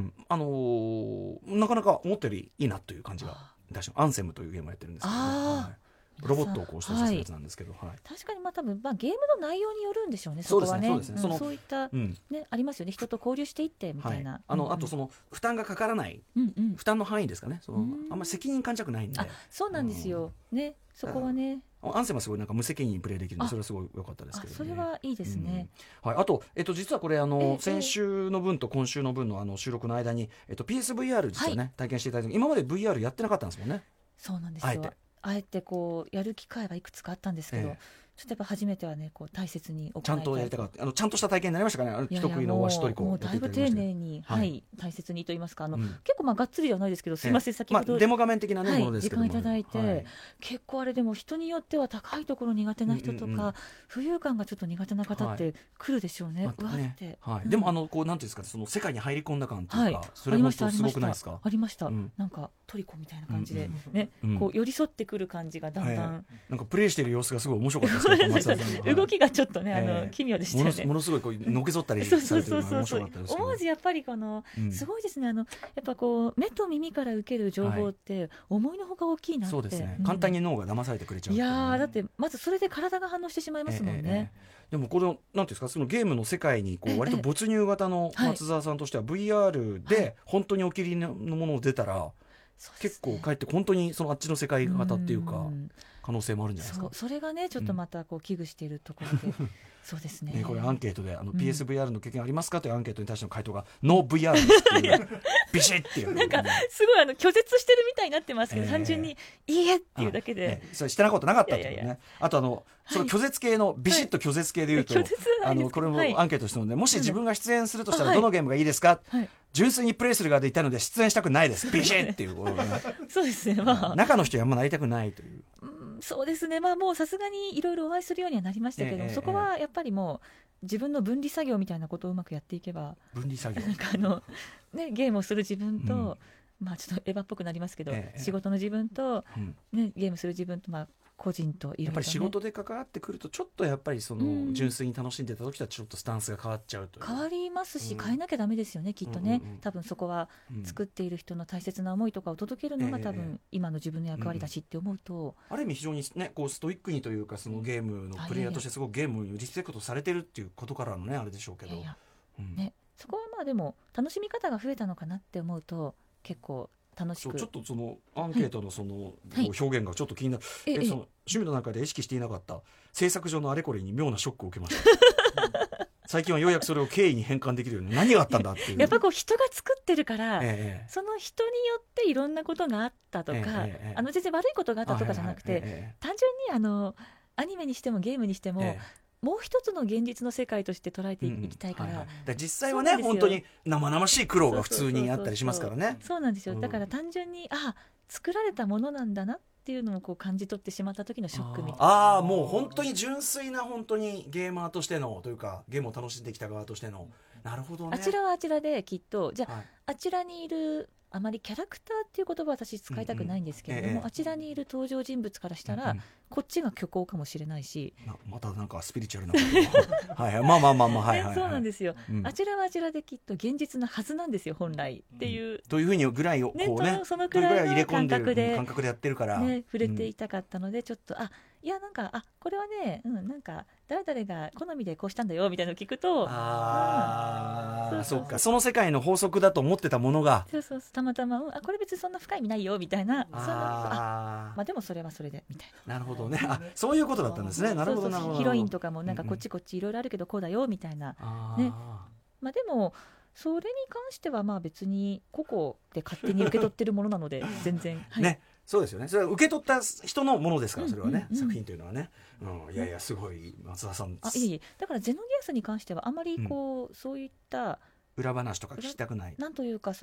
なかなか思ったよりいいなという感じがいたします。アンセムというゲームをやってるんですけど、ロボットをこう操作するやつなんですけど、 確かに多分ゲームの内容によるんでしょうね。そこはね。そういったねありますよね。人と交流していってみたいな。 あとその負担がかからない負担の範囲ですかね。あんまり責任感じたくないんで。 そうなんですよね。そこはね。 アンセムはすごいなんか無責任にプレイできるので、それはすごい良かったですけどね。 それはいいですね。 あと実はこれ先週の分と今週の分の収録の間にPSVR 実はね体験していただいて、今まで VR やってなかったんですもんね。 そうなんですよ。あえてこうやる機会はいくつかあったんですけど、ちょっとやっぱ初めてはねこう大切に行いたい。 ちゃんとやりたかった。ちゃんとした体験になりましたかね。一組のお足取り子もうだいぶ丁寧に大切にと言いますか、結構がっつりではないですけど、すみません先ほどデモ画面的なものですけど時間いただいて、結構あれでも人によっては高いところ苦手な人とか浮遊感がちょっと苦手な方って来るでしょうね。うわって。 でもこうなんていうんですか、その世界に入り込んだ感というか、それもすごくないですか。 ありました。なんかトリコみたいな感じでね、こう寄り添ってくる感じがだんだんなんかプレイしている様子がすごい面白かったですけど、動きがちょっとね奇妙でしたよね。 ものすごいこうのけぞったりされてるのが面白かったですけど、 思わずやっぱりすごいですね。やっぱこう目と耳から受ける情報って思いのほか大きいなって。 そうですね。簡単に脳が騙されてくれちゃう。 いやだってまずそれで体が反応してしまいますもんね。 でもこのなんていうんですか、そのゲームの世界にこう割と没入型の松澤さんとしては VR で本当にお気に入りのものを出たら結構帰って本当にそのあっちの世界型っていうか可能性もあるんじゃないですか。 それがねちょっとまたこう危惧しているところで。そうですね。 これアンケートでPSVR の経験ありますかというアンケートに対しての回答がノー VR っていうビシッっていうなんかすごい拒絶してるみたいになってますけど、単純にいいえっていうだけでそれしてなことなかったっていうね。あとその拒絶系のビシッと拒絶系でいうとこれもアンケートしたので、もし自分が出演するとしたらどのゲームがいいですか。純粋にプレイする側でいたので出演したくないですビシッっていうそうですね。 中の人はあんまなりたくないという。 そうですね。もうさすがにいろいろお会いするようにはなりましたけど、そこはやっぱりもう自分の分離作業みたいなことをうまくやっていけば、 分離作業なんかゲームをする自分と、ちょっとエヴァっぽくなりますけど、仕事の自分と、ゲームする自分と個人といろいろ、 やっぱり仕事で関わってくるとちょっとやっぱりその純粋に楽しんでた時とはちょっとスタンスが変わっちゃうという。 変わりますし、変えなきゃダメですよねきっとね。多分そこは作っている人の大切な思いとかを届けるのが多分今の自分の役割だしって思うと、 ある意味非常にねこうストイックにというか、そのゲームのプレイヤーとしてすごくゲームにリスペクトされてるっていうことからのねあれでしょうけど、 そこはでも楽しみ方が増えたのかなって思うと結構楽しく。 ちょっとそのアンケートのその表現がちょっと気になる。その趣味の中で意識していなかった制作上のあれこれに妙なショックを受けました。 最近はようやくそれを経緯に変換できるように何があったんだっていうやっぱこう人が作ってるから、その人によっていろんなことがあったとか、全然悪いことがあったとかじゃなくて、単純にアニメにしてもゲームにしても、もう一つの現実の世界として捉えていきたいから、 実際はね本当に生々しい苦労が普通にあったりしますからね。 そうなんですよ。だから単純に作られたものなんだなっていうのをこう感じ取ってしまった時のショックみたいな。 もう本当に純粋な本当にゲーマーとしてのというかゲームを楽しんできた側としての、なるほどね。 あちらはあちらできっとじゃあ、あちらにいるあまりキャラクターっていう言葉は私使いたくないんですけれども、あちらにいる登場人物からしたら、こっちが虚構かもしれないし、 またなんかスピリチュアルなことはいまあそうなんですよ、あちらはあちらできっと現実なはずなんですよ本来っていう、 というふうにぐらいをこうね、 そのくらいの感覚でやってるから触れていたかったので、ちょっといやなんかこれはね、なんか誰々が好みでこうしたんだよみたいなのを聞くと、 そうか、その世界の法則だと思ってたものが、 そうたまたま、これ別にそんな深い意味ないよみたいな、でもそれはそれでみたいな。 なるほどね。そういうことだったんですね。なるほどなるほど。 ヒロインとかもなんかこっちいろいろあるけどこうだよみたいなね。でもそれに関しては別に個々で勝手に受け取ってるものなので全然ね。そうですよね。それは受け取った人のものですから、それはね、作品というのはね。いやいやすごい松田さん。 だからゼノギアスに関してはあまりそういった裏話とか聞きたくない。 なんというか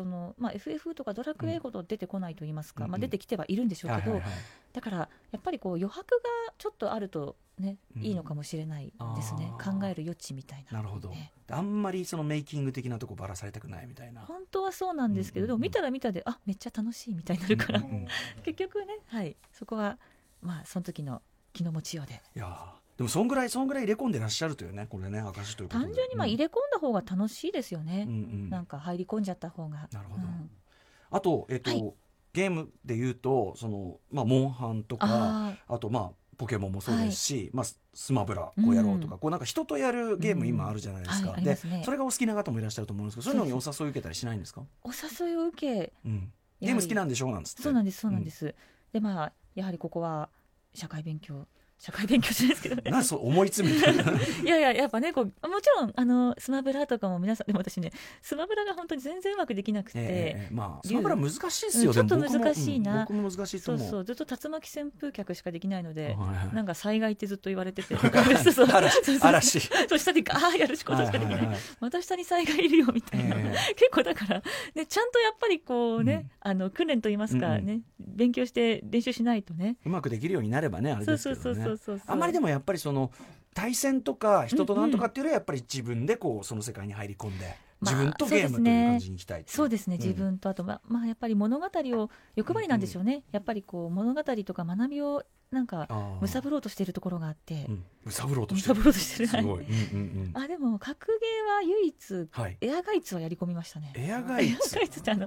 FF とかドラクエほど出てこないと言いますか、出てきてはいるんでしょうけど、だからやっぱり余白がちょっとあるとね、いいのかもしれないですね。考える余地みたいな。 なるほど。あんまりそのメイキング的なとこばらされたくないみたいな。 本当はそうなんですけど、でも見たら見たでめっちゃ楽しいみたいになるから結局ね、そこはその時の気の持ちようで。 いやでもそんぐらい入れ込んでらっしゃるというね、これね、証ということで。 単純に入れ込んだ方が楽しいですよね。なんか入り込んじゃった方が。 なるほど。あとゲームでいうとモンハンとか、あとポケモンもそうですし、スマブラこうやろうとか、なんか人とやるゲーム今あるじゃないですか。でそれがお好きな方もいらっしゃると思うんですけど、そういうのにお誘い受けたりしないんですか？ お誘いを受け、 ゲーム好きなんでしょうなんつって。 そうなんです。でやはりここは社会勉強じゃないですけどね。 そう思い詰めていややっぱねもちろんスマブラとかも皆さんでも私ねスマブラが本当に全然うまくできなくて、 スマブラ難しいですよ。 ちょっと難しいな。 僕も難しいと思う。 そうずっと竜巻旋風脚しかできないので、なんか災害ってずっと言われてて嵐下でやることしかできない、また下に災害いるよみたいな、結構だからね、ちゃんとやっぱり訓練といいますかね、勉強して練習しないとね、 うまくできるようになればね、あれですけどね。あんまりでもやっぱり対戦とか人となんとかっていうよりはやっぱり自分でその世界に入り込んで自分とゲームという感じにいきたい。 そうですね、自分とあとやっぱり物語を欲張りなんでしょうね。やっぱり物語とか学びをなんか貪ろうとしているところがあって、 貪ろうとしてるすごい。 でも格ゲーは唯一エアガイツはやり込みましたね。 エアガイツって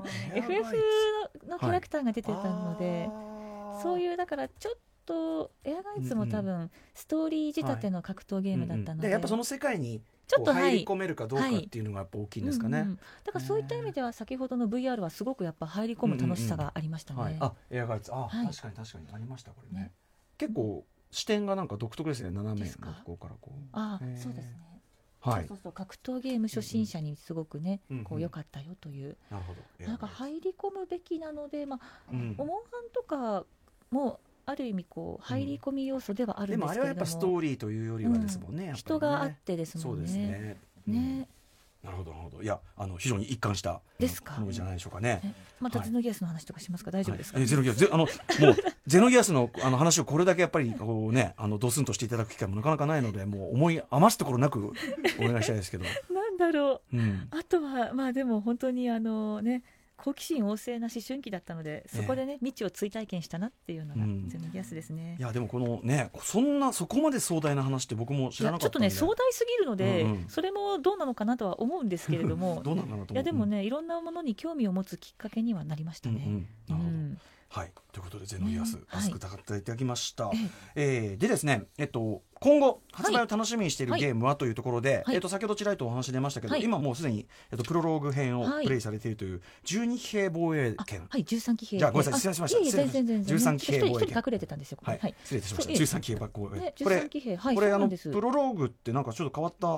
FF のキャラクターが出てたので、そういうだからちょっとエアガイツも多分ストーリー仕立ての格闘ゲームだったので、 やっぱその世界にちょっと入り込めるかどうかっていうのがやっぱ大きいんですかね。 だからそういった意味では先ほどの VR はすごくやっぱ入り込む楽しさがありましたね。 エアガイツ確かにありました。これね結構視点がなんか独特ですね。斜めの方からそうですね。そう格闘ゲーム初心者にすごくね良かったよという。 なるほど。 なんか入り込むべきなので、モンハンとかもある意味入り込み要素ではあるんですけれども、でもあれはやっぱストーリーというよりはですもんね。 人があってですもんね。 そうですね。なるほどなるほど。いや非常に一貫したものじゃないでしょうかね。 またゼノギアスの話とかしますか？大丈夫ですか？ ゼノギアスもうゼノギアスの話をこれだけやっぱりドスンとしていただく機会もなかなかないので、もう思い余すところなくお願いしたいですけど。 なんだろう。あとはでも本当に好奇心旺盛な思春期だったので、そこでね未知を追体験したなっていうのがゼノギアスですね。 いやでもそこまで壮大な話って僕も知らなかったんで、 ちょっと壮大すぎるので、それもどうなのかなとは思うんですけれどもどうなのかなと。 いやでもね、いろんなものに興味を持つきっかけにはなりましたね。 なるほど。ということでゼノギアス熱く語っていただきました。でですね、今後発売を楽しみにしているゲームはというところで、先ほどちらりとお話出ましたけど、今もうすでにプロローグ編をプレイされているという12騎兵防衛権。 13騎兵。 じゃあごめんなさい、失礼しました。13騎兵防衛権。 一人隠れてたんですよ。 失礼しました。13騎兵防衛権。これププロローグってなんかちょっと変わった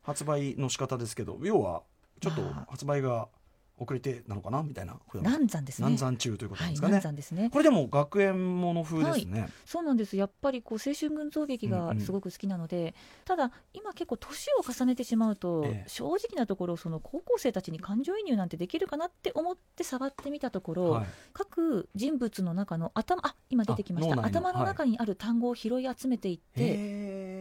発売の仕方ですけど、要はちょっと発売が遅れてなのかなみたいな、 難産ですね。 難産中ということなんですかね。 難産ですね。 これでも学園もの風ですね。 そうなんです。やっぱりこう青春群像劇がすごく好きなので、ただ今結構年を重ねてしまうと、正直なところその高校生たちに感情移入なんてできるかなって思って触ってみたところ、各人物の中の今出てきました頭の中にある単語を拾い集めていって、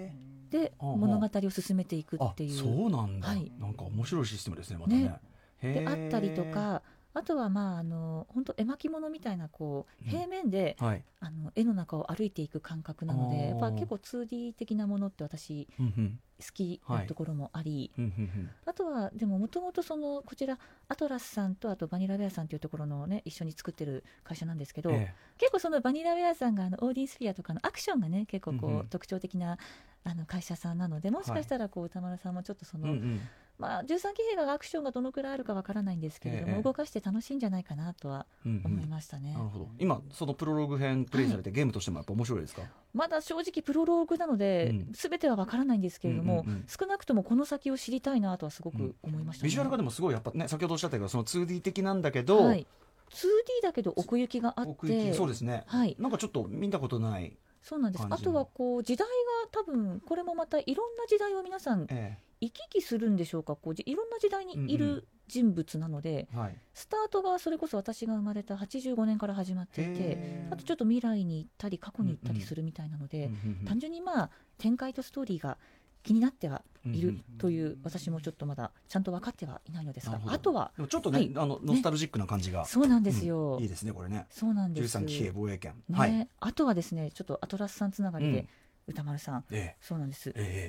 で物語を進めていくっていう。 そうなんだ。なんか面白いシステムですね、またね。 であったりとか、あとは本当絵巻物みたいなこう平面で、絵の中を歩いていく感覚なので、やっぱ結構 2D 的なものって私好きなところもあり、あとはでももともとこちらアトラスさんとあとバニラベアさんというところのね一緒に作ってる会社なんですけど、結構そのバニラベアさんがオーディンスフィアとかのアクションがね結構こう特徴的な会社さんなので、もしかしたらこう歌丸さんもちょっと13騎兵がアクションがどのくらいあるかわからないんですけれども、動かして楽しいんじゃないかなとは思いましたね。 なるほど。今そのプロローグ編プレイされて、ゲームとしてもやっぱ面白いですか？ まだ正直プロローグなので、全てはわからないんですけれども、少なくともこの先を知りたいなとはすごく思いましたね。 ビジュアルがでもすごいやっぱね、先ほどおっしゃったけどその 2D 的なんだけど、 2D だけど奥行きがあって、 そうですね、なんかちょっと見たことない。 そうなんです。あとはこう時代が多分これもまたいろんな時代を皆さん行き来するんでしょうか。こういろんな時代にいる人物なので、スタートがそれこそ私が生まれた85年から始まっていて、あとちょっと未来に行ったり過去に行ったりするみたいなので、単純に展開とストーリーが気になってはいるという、私もちょっとまだちゃんと分かってはいないのですが、あとはちょっとね、ノスタルジックな感じが、 そうなんですよ、 いいですねこれね。 そうなんです。 13騎兵防衛権、 あとはですね、ちょっとアトラスさんつながりで、歌丸さん、そうなんです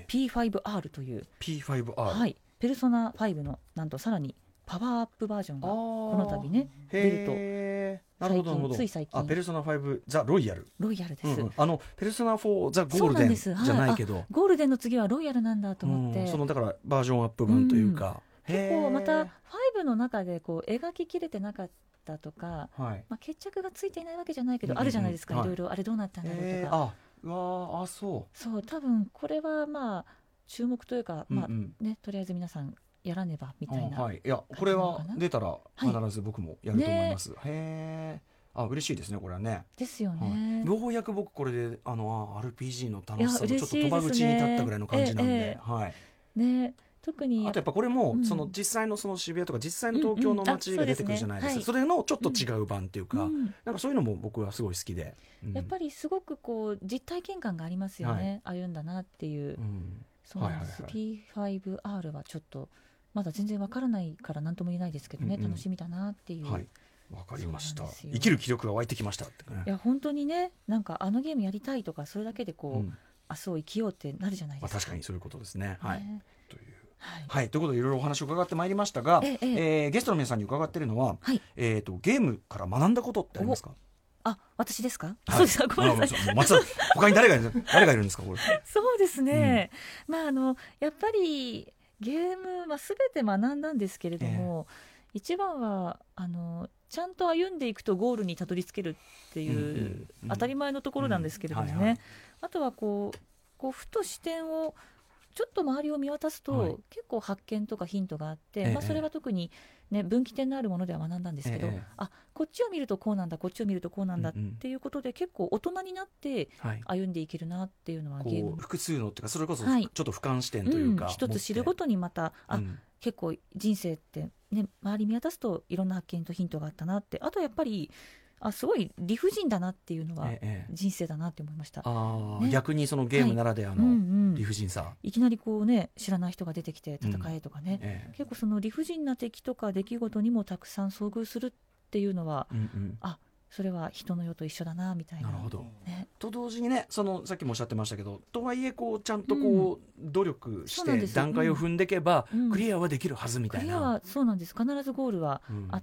、P5R という P5R、 ペルソナ5のなんとさらにパワーアップバージョンがこの度ね出ると、つい最近ペルソナ5ザ・ロイヤルです、 ペルソナ4ザ・ゴールデンじゃないけど、 ゴールデンの次はロイヤルなんだと思って、 だからバージョンアップ版というか、 結構また5の中でこう描ききれてなかったとか、決着がついていないわけじじゃないけど、あるじゃないですか、いろいろあれどうなったんだろうとか、そう多分これは注目というか、とりあえず皆さんやらねばみたいな、 いやこれは出たら必ず僕もやると思います。嬉しいですねこれはね。 ですよね。 ようやく僕これでRPG の楽しさのちょっと賭場口に立ったぐらいの感じなんで、 特にあとやっぱこれもその実際のその渋谷とか実際の東京の街が出てくるじゃないですか。それのちょっと違う版っていうか、なんかそういうのも僕はすごい好きで、 やっぱりすごくこう実体験感がありますよね。歩んだなっていう。そうなんです。P5R はちょっとまだ全然わからないから何とも言えないですけどね、楽しみだなっていう。 わかりました。生きる気力が湧いてきましたってね。 いや本当にね、なんかゲームやりたいとかそれだけでこう、明日を生きようってなるじゃないですか。 確かにそういうことですね。というということでいろいろお話を伺ってまいりましたが、ゲストの皆さんに伺っているのは、ゲームから学んだことってありますか？ 私ですか？そうですか。ごめんなさい。 他に誰がいるんですかこれ？ そうですね。やっぱりゲームすべて学んだんですけれども、一番はちゃんと歩んでいくとゴールにたどり着けるっていう当たり前のところなんですけれどもね。あとはこうふと視点をちょっと周りを見渡すと、結構発見とかヒントがあって、それが特に、分岐点のあるものでは学んだんですけど、こっちを見るとこうなんだ、こっちを見るとこうなんだっていうことで、結構大人になって歩んでいけるなっていうのは、ゲーム複数のっていうか、それこそちょっと俯瞰視点というか、 一つ知るごとにまた結構人生って、周り見渡すといろんな発見とヒントがあったなって。あとやっぱりすごい理不尽だなっていうのは人生だなって思いました。 逆にそのゲームならではの理不尽さ、 いきなりこう知らない人が出てきて戦えとかね、結構その理不尽な敵とか出来事にもたくさん遭遇するっていうのは、それは人の世と一緒だなみたいな。 なるほど。と同時にね、さっきもおっしゃってましたけど、とはいえちゃんと努力して段階を踏んでいけばクリアはできるはずみたいな。 クリアはそうなんです。必ずゴールはあって。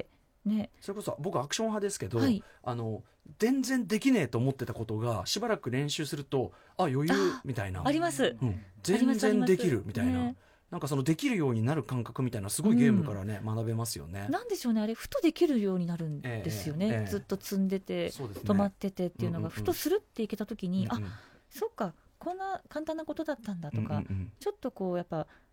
それこそ僕アクション派ですけど、全然できねえと思ってたことがしばらく練習すると余裕みたいな、 あります、 全然できるみたいな、なんかそのできるようになる感覚みたいな、すごいゲームからね、学べますよね。 なんでしょうね、あれふとできるようになるんですよね、ずっと積んでて、止まっててっていうのが、ふとするっていけた時に、そっかこんな簡単なことだったんだとか、ちょっとやっぱ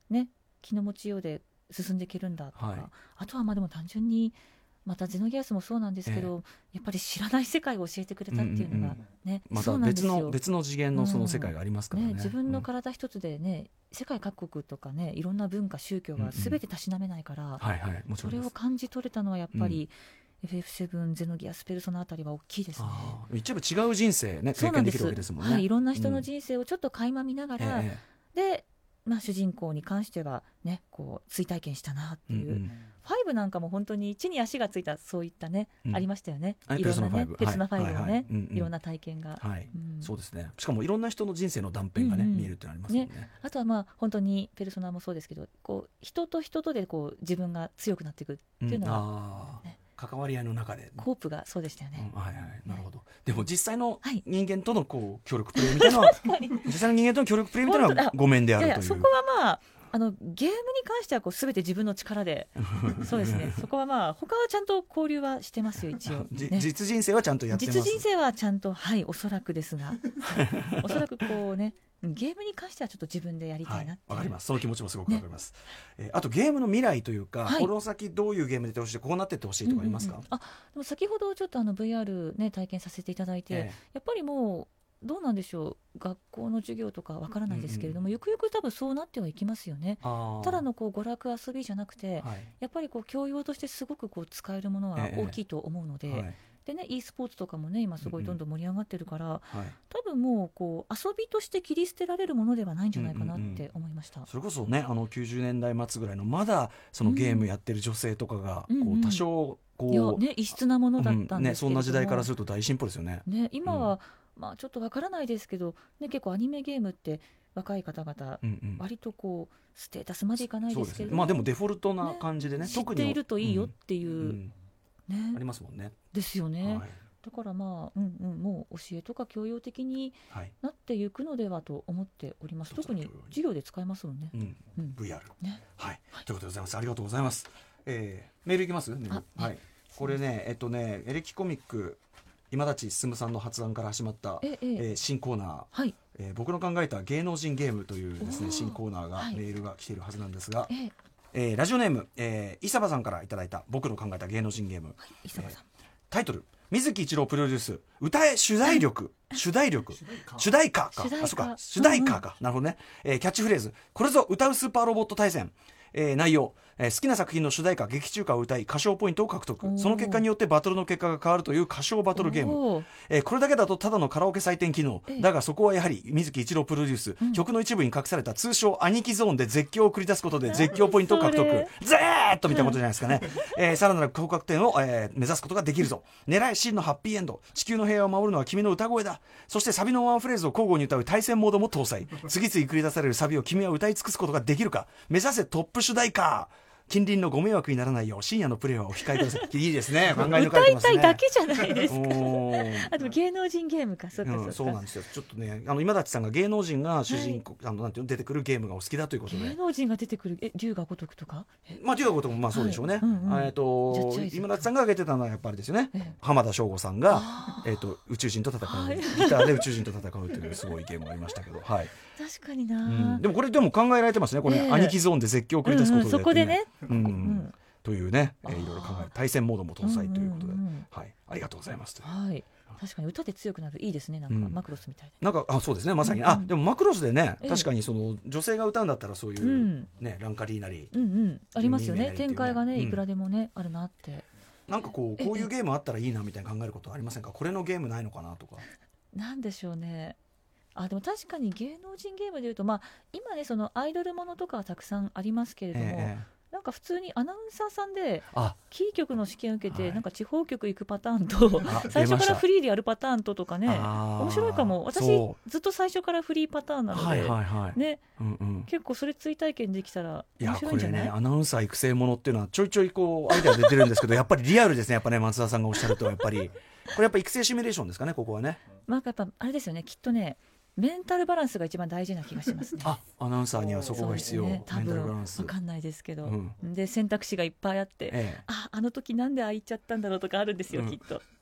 ね気の持ちようで進んでいけるんだとか、あとはまあでも単純にまたゼノギアスもそうなんですけど、やっぱり知らない世界を教えてくれたっていうのがね、 また別の次元のその世界がありますからね。 自分の体一つでね、世界各国とかね、いろんな文化宗教が全てたしなめないから、それを感じ取れたのはやっぱり、FF7、ゼノギアス、ペルソナあたりは大きいですね。 一部違う人生ね、経験できるわけですもんね。 いろんな人の人生をちょっと垣間見ながら、で主人公に関してはね、こう追体験したなっていう、5なんかも本当に地に足がついたそういったね、ありましたよね。いろんなねペルソナ5のね、いろんな体験が、 そうですね。しかもいろんな人の人生の断片がね、見えるってのありますもんね。 あとはまあ本当にペルソナもそうですけど、こう人と人とでこう自分が強くなっていくっていうのは、 関わり合いの中で、 コープがそうでしたよね。 なるほど。でも実際の人間とのこう協力プレイみたいなのは実際の人間との協力プレイみたいなのはごめんであるという。 そこはまあゲームに関してはこう全て自分の力でそうですね。そこはまあ他はちゃんと交流はしてますよ一応、 実人生はちゃんとやってます。 実人生はちゃんとおそらくですがおそらくこうね、ゲームに関してはちょっで自分でやりたいなっていう。 わかります。その気持ちもすごくわかります。あとゲームの未来というか、この先どういうゲームで出てほしい、こうなってってほしいとかありますか？ でも先ほどちょっとVR ね体験させていただいて、やっぱりもうどうなんでしょう、学校の授業とかわからないですけれども、ゆくゆく多分そうなってはいきますよね。ただのこう娯楽遊びじゃなくて、やっぱりこう教養としてすごくこう使えるものは大きいと思うので、でね、e スポーツとかもね今すごいどんどん盛り上がってるから、多分もうこう遊びとして切り捨てられるものではないんじゃないかなって思いました。 それこそね、90年代末ぐらいのまだそのゲームやってる女性とかがこう多少こう、 異質なものだったんですけども、 そんな時代からすると大進歩ですよね。 今は、ちょっとわからないですけど、結構アニメゲームって若い方々、割とこうステータスまでいかないですけど、 でもデフォルトな感じでね、 知っているといいよっていう、 ありますもんね。 ですよね。だからもう教えとか教養的になっていくのではと思っております。特に授業で使えますもんね。 VR ということでございます。ありがとうございます。メールいきます？これね、エレキコミック今立進さんの発案から始まった、新コーナー、僕の考えた芸能人ゲームというですね新コーナーが、メールが来ているはずなんですが、ラジオネーム、伊佐場さんからいただいた僕の考えた芸能人ゲーム、タイトル水木一郎プロデュース歌え主題歌か、なるほどね。キャッチフレーズこれぞ歌うスーパーロボット対戦。内容、好きな作品の主題歌劇中歌を歌い歌唱ポイントを獲得。その結果によってバトルの結果が変わるという歌唱バトルゲーム。これだけだとただのカラオケ採点機能だが、そこはやはり水木一郎プロデュース、曲の一部に隠された通称兄貴ゾーンで絶叫を繰り出すことで絶叫ポイントを獲得。ぜーっとみたいなことじゃないですかね。さらなる合格点を、目指すことができるぞ。狙い真のハッピーエンド、地球の平和を守るのは君の歌声だ。そしてサビのワンフレーズを交互に歌う対戦モードも搭載。次々繰り出されるサビを君は歌い尽くすことができるか。目指せトップ主題歌。近隣のご迷惑にならないよう深夜のプレイはお控えください。いいですね。考え抜かれてますね。 歌いたいだけじゃないですか。あと芸能人ゲームか、そうなんですよ。ちょっとね、今立さんが芸能人が主人公、なんていうの出てくるゲームがお好きだということで。 芸能人が出てくる、龍が如くとか。 龍が如くもそうでしょうね。今立さんが挙げてたのはやっぱりですよね。浜田省吾さんが宇宙人と戦う、ギターで宇宙人と戦うというすごいゲームがありましたけど、確かにな。 でもこれでも考えられてますね。これ兄貴ゾーンで絶叫を繰り出すことで。 そこでね。 というね、いろいろ考える対戦モードも搭載ということで、ありがとうございます。 確かに歌で強くなるいいですね。なんかマクロスみたいな。なんかそうですね、まさに。でもマクロスでね、確かにその女性が歌うんだったらそういうね、ランカリーなりありますよね。展開がね、いくらでもねあるなって。 なんかこういうゲームあったらいいなみたいな考えることはありませんか？これのゲームないのかなとか。 なんでしょうね。でも確かに芸能人ゲームでいうと、今ねそのアイドルものとかはたくさんありますけれども、なんか普通にアナウンサーさんでキー局の試験を受けて、なんか地方局行くパターンと最初からフリーでやるパターンとかね、面白いかも。私ずっと最初からフリーパターンなのでね、結構それ追体験できたら面白いんじゃない？ これね、アナウンサー育成ものっていうのはちょいちょいこうアイデア出てるんですけどやっぱりリアルですね。やっぱね、松田さんがおっしゃるとやっぱりこれやっぱ育成シミュレーションですかね、ここはね。 やっぱあれですよね、きっとねメンタルバランスが一番大事な気がしますね。 アナウンサーにはそこが必要。 ね、多分分かんないですけど、で選択肢がいっぱいあって、あの時なんでああ言っちゃったんだろうとかあるんですよ、きっと。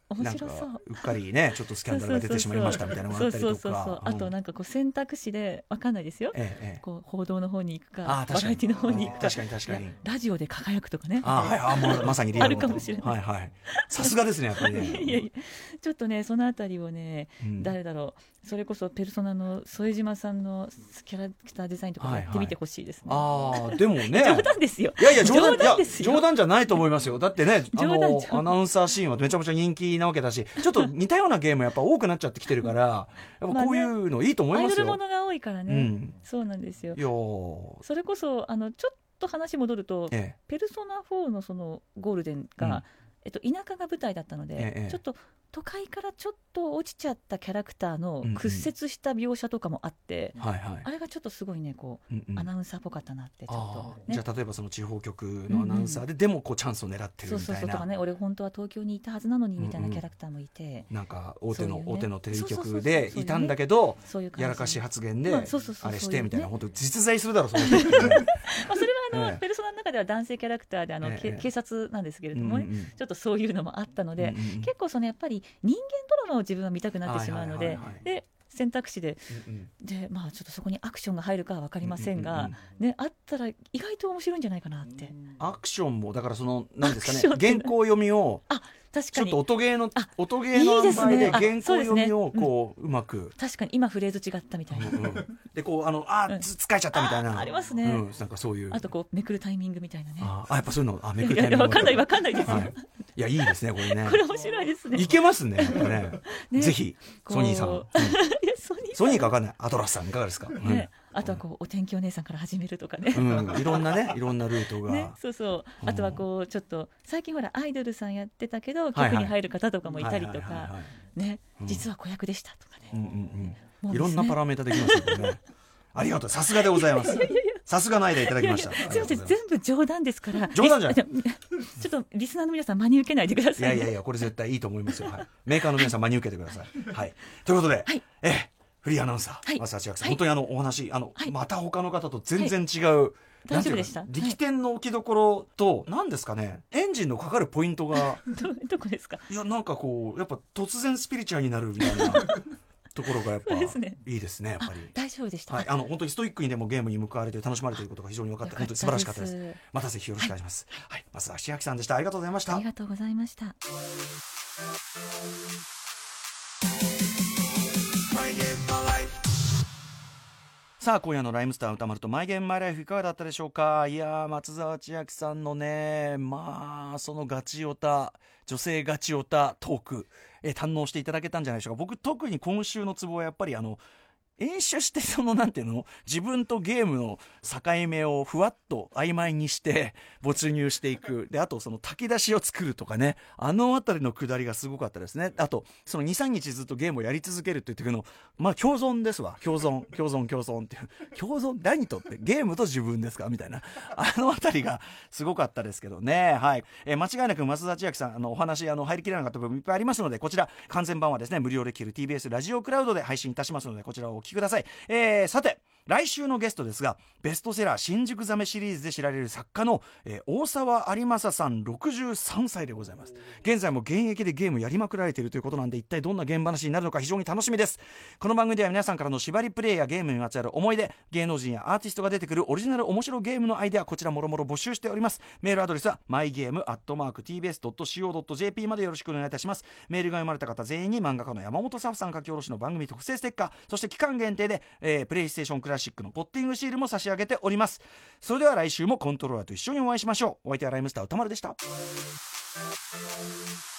なんかうっかりねちょっとスキャンダルが出てしまいましたみたいなのがあったりとか、 あとなんかこう選択肢で分かんないですよ、こう報道の方に行くかバラエティの方に行くか、 確かにラジオで輝くとかね、 もうまさにリアルあるかもしれない、 さすがですねやっぱりねいやちょっとねそのあたりをね、誰だろう、それこそペルソナの副島さんのキャラクターデザインとかやってみてほしいですね、 でもね冗談ですよ、 いや冗談じゃないと思いますよ。だってねアナウンサーシーンはめちゃめちゃ人気なわけだし、ちょっと似たようなゲームやっぱ多くなっちゃってきてるからやっぱこういうのいいと思いますよ。 アイドルものが多いからね、そうなんですよ。それこそちょっと話戻ると、ペルソナ4のそのゴールデンが、田舎が舞台だったので、ちょっと都会からちょっと落ちちゃったキャラクターの屈折した描写とかもあって、あれがちょっとすごいねこう、アナウンサーっぽかったなってちょっと、 じゃあ例えばその地方局のアナウンサーで、でもこうチャンスを狙ってるみたいな、 そうとかね、俺本当は東京にいたはずなのにみたいなキャラクターもいて、 なんか大手のテレビ局でいたんだけどやらかし発言であれしてみたいな、本当実在するだろうその人ってねそれはペルソナの中では男性キャラクターで警察なんですけれどもね、ちょっとそういうのもあったので、結構そのやっぱり人間ドラマを自分は見たくなってしまうので、選択肢で、まあちょっとそこにアクションが入るかは分かりませんが、あったら意外と面白いんじゃないかなって。 アクションもだからその何ですかね、原稿読みをちょっと音ゲーの塩梅で原稿読みをこううまく、 確かに今フレーズ違ったみたいな、 でこう使えちゃったみたいな、 ありますね、 なんかそういう、 あとこうめくるタイミングみたいなね、 やっぱそういうのめくるタイミング分かんないですよ、 いやいいですねこれね、 これ面白いですね、 いけますねぜひソニーさん、ソニーか分かんない、アトラスさんいかがですかね。 あとはこうお天気お姉さんから始めるとかね、 いろんなルートが、 あとはこうちょっと最近ほらアイドルさんやってたけど局に入る方とかもいたりとかね、実は子役でしたとかね、 いろんなパラメータできますよね。ありがとう、さすがでございます。さすがの間いただきました。 すみません、全部冗談ですから。 冗談じゃない。ちょっとリスナーの皆さん真に受けないでください。 いやこれ絶対いいと思いますよ。メーカーの皆さん真に受けてください。ということで、フリーアナウンサー、増田千秋さん、本当にお話また他の方と全然違う。 大丈夫でした。 力点の置きどころと何ですかね、エンジンのかかるポイントがどこですか。 いやなんかこうやっぱ突然スピリチュアルになるみたいな。ところがやっぱいいですね、やっぱり。 大丈夫でした。 本当にストイックにでもゲームに向かわれて楽しまれていることが非常に分かって、本当に素晴らしかったです。またぜひよろしくお願いします。増田千秋さんでした。ありがとうございました。 ありがとうございました。 さあ今夜のライムスター歌丸とマイゲームマイライフいかがだったでしょうか。いや松澤千秋さんのね、そのガチオタ、女性ガチオタトーク、堪能していただけたんじゃないでしょうか。僕特に今週のツボはやっぱり演出してなんていうの、自分とゲームの境目をふわっと曖昧にして没入していく。であとその炊き出しを作るとかね、あたりのくだりがすごかったですね。あとその 2,3 日ずっとゲームをやり続けるって言ってくるの、共存ですわ。共存っていう共存何とってゲームと自分ですかみたいなあたりがすごかったですけどね。間違いなく増田千秋さんお話入りきらなかった部分いっぱいありますので、こちら完全版はですね無料で聴ける TBS ラジオクラウドで配信いたしますので、こちらをお聞きください。さて来週のゲストですが、ベストセラー新宿ザメシリーズで知られる作家の、大沢有正さん63歳でございます。現在も現役でゲームやりまくられているということなんで、一体どんなゲーム話になるのか非常に楽しみです。この番組では皆さんからの縛りプレイやゲームにまつわる思い出、芸能人やアーティストが出てくるオリジナル面白ゲームのアイデア、こちらもろもろ募集しております。メールアドレスは mygame@tbs.co.jp までよろしくお願いいたします。メールが読まれた方全員に漫画家の山本沙帆さん書き下ろしの番組特製ステッカー、そして期間限定で、プレイステーションクラシックのポッティングシールも差し上げております。それでは来週もコントローラーと一緒にお会いしましょう。お相手はライムスター歌丸でした。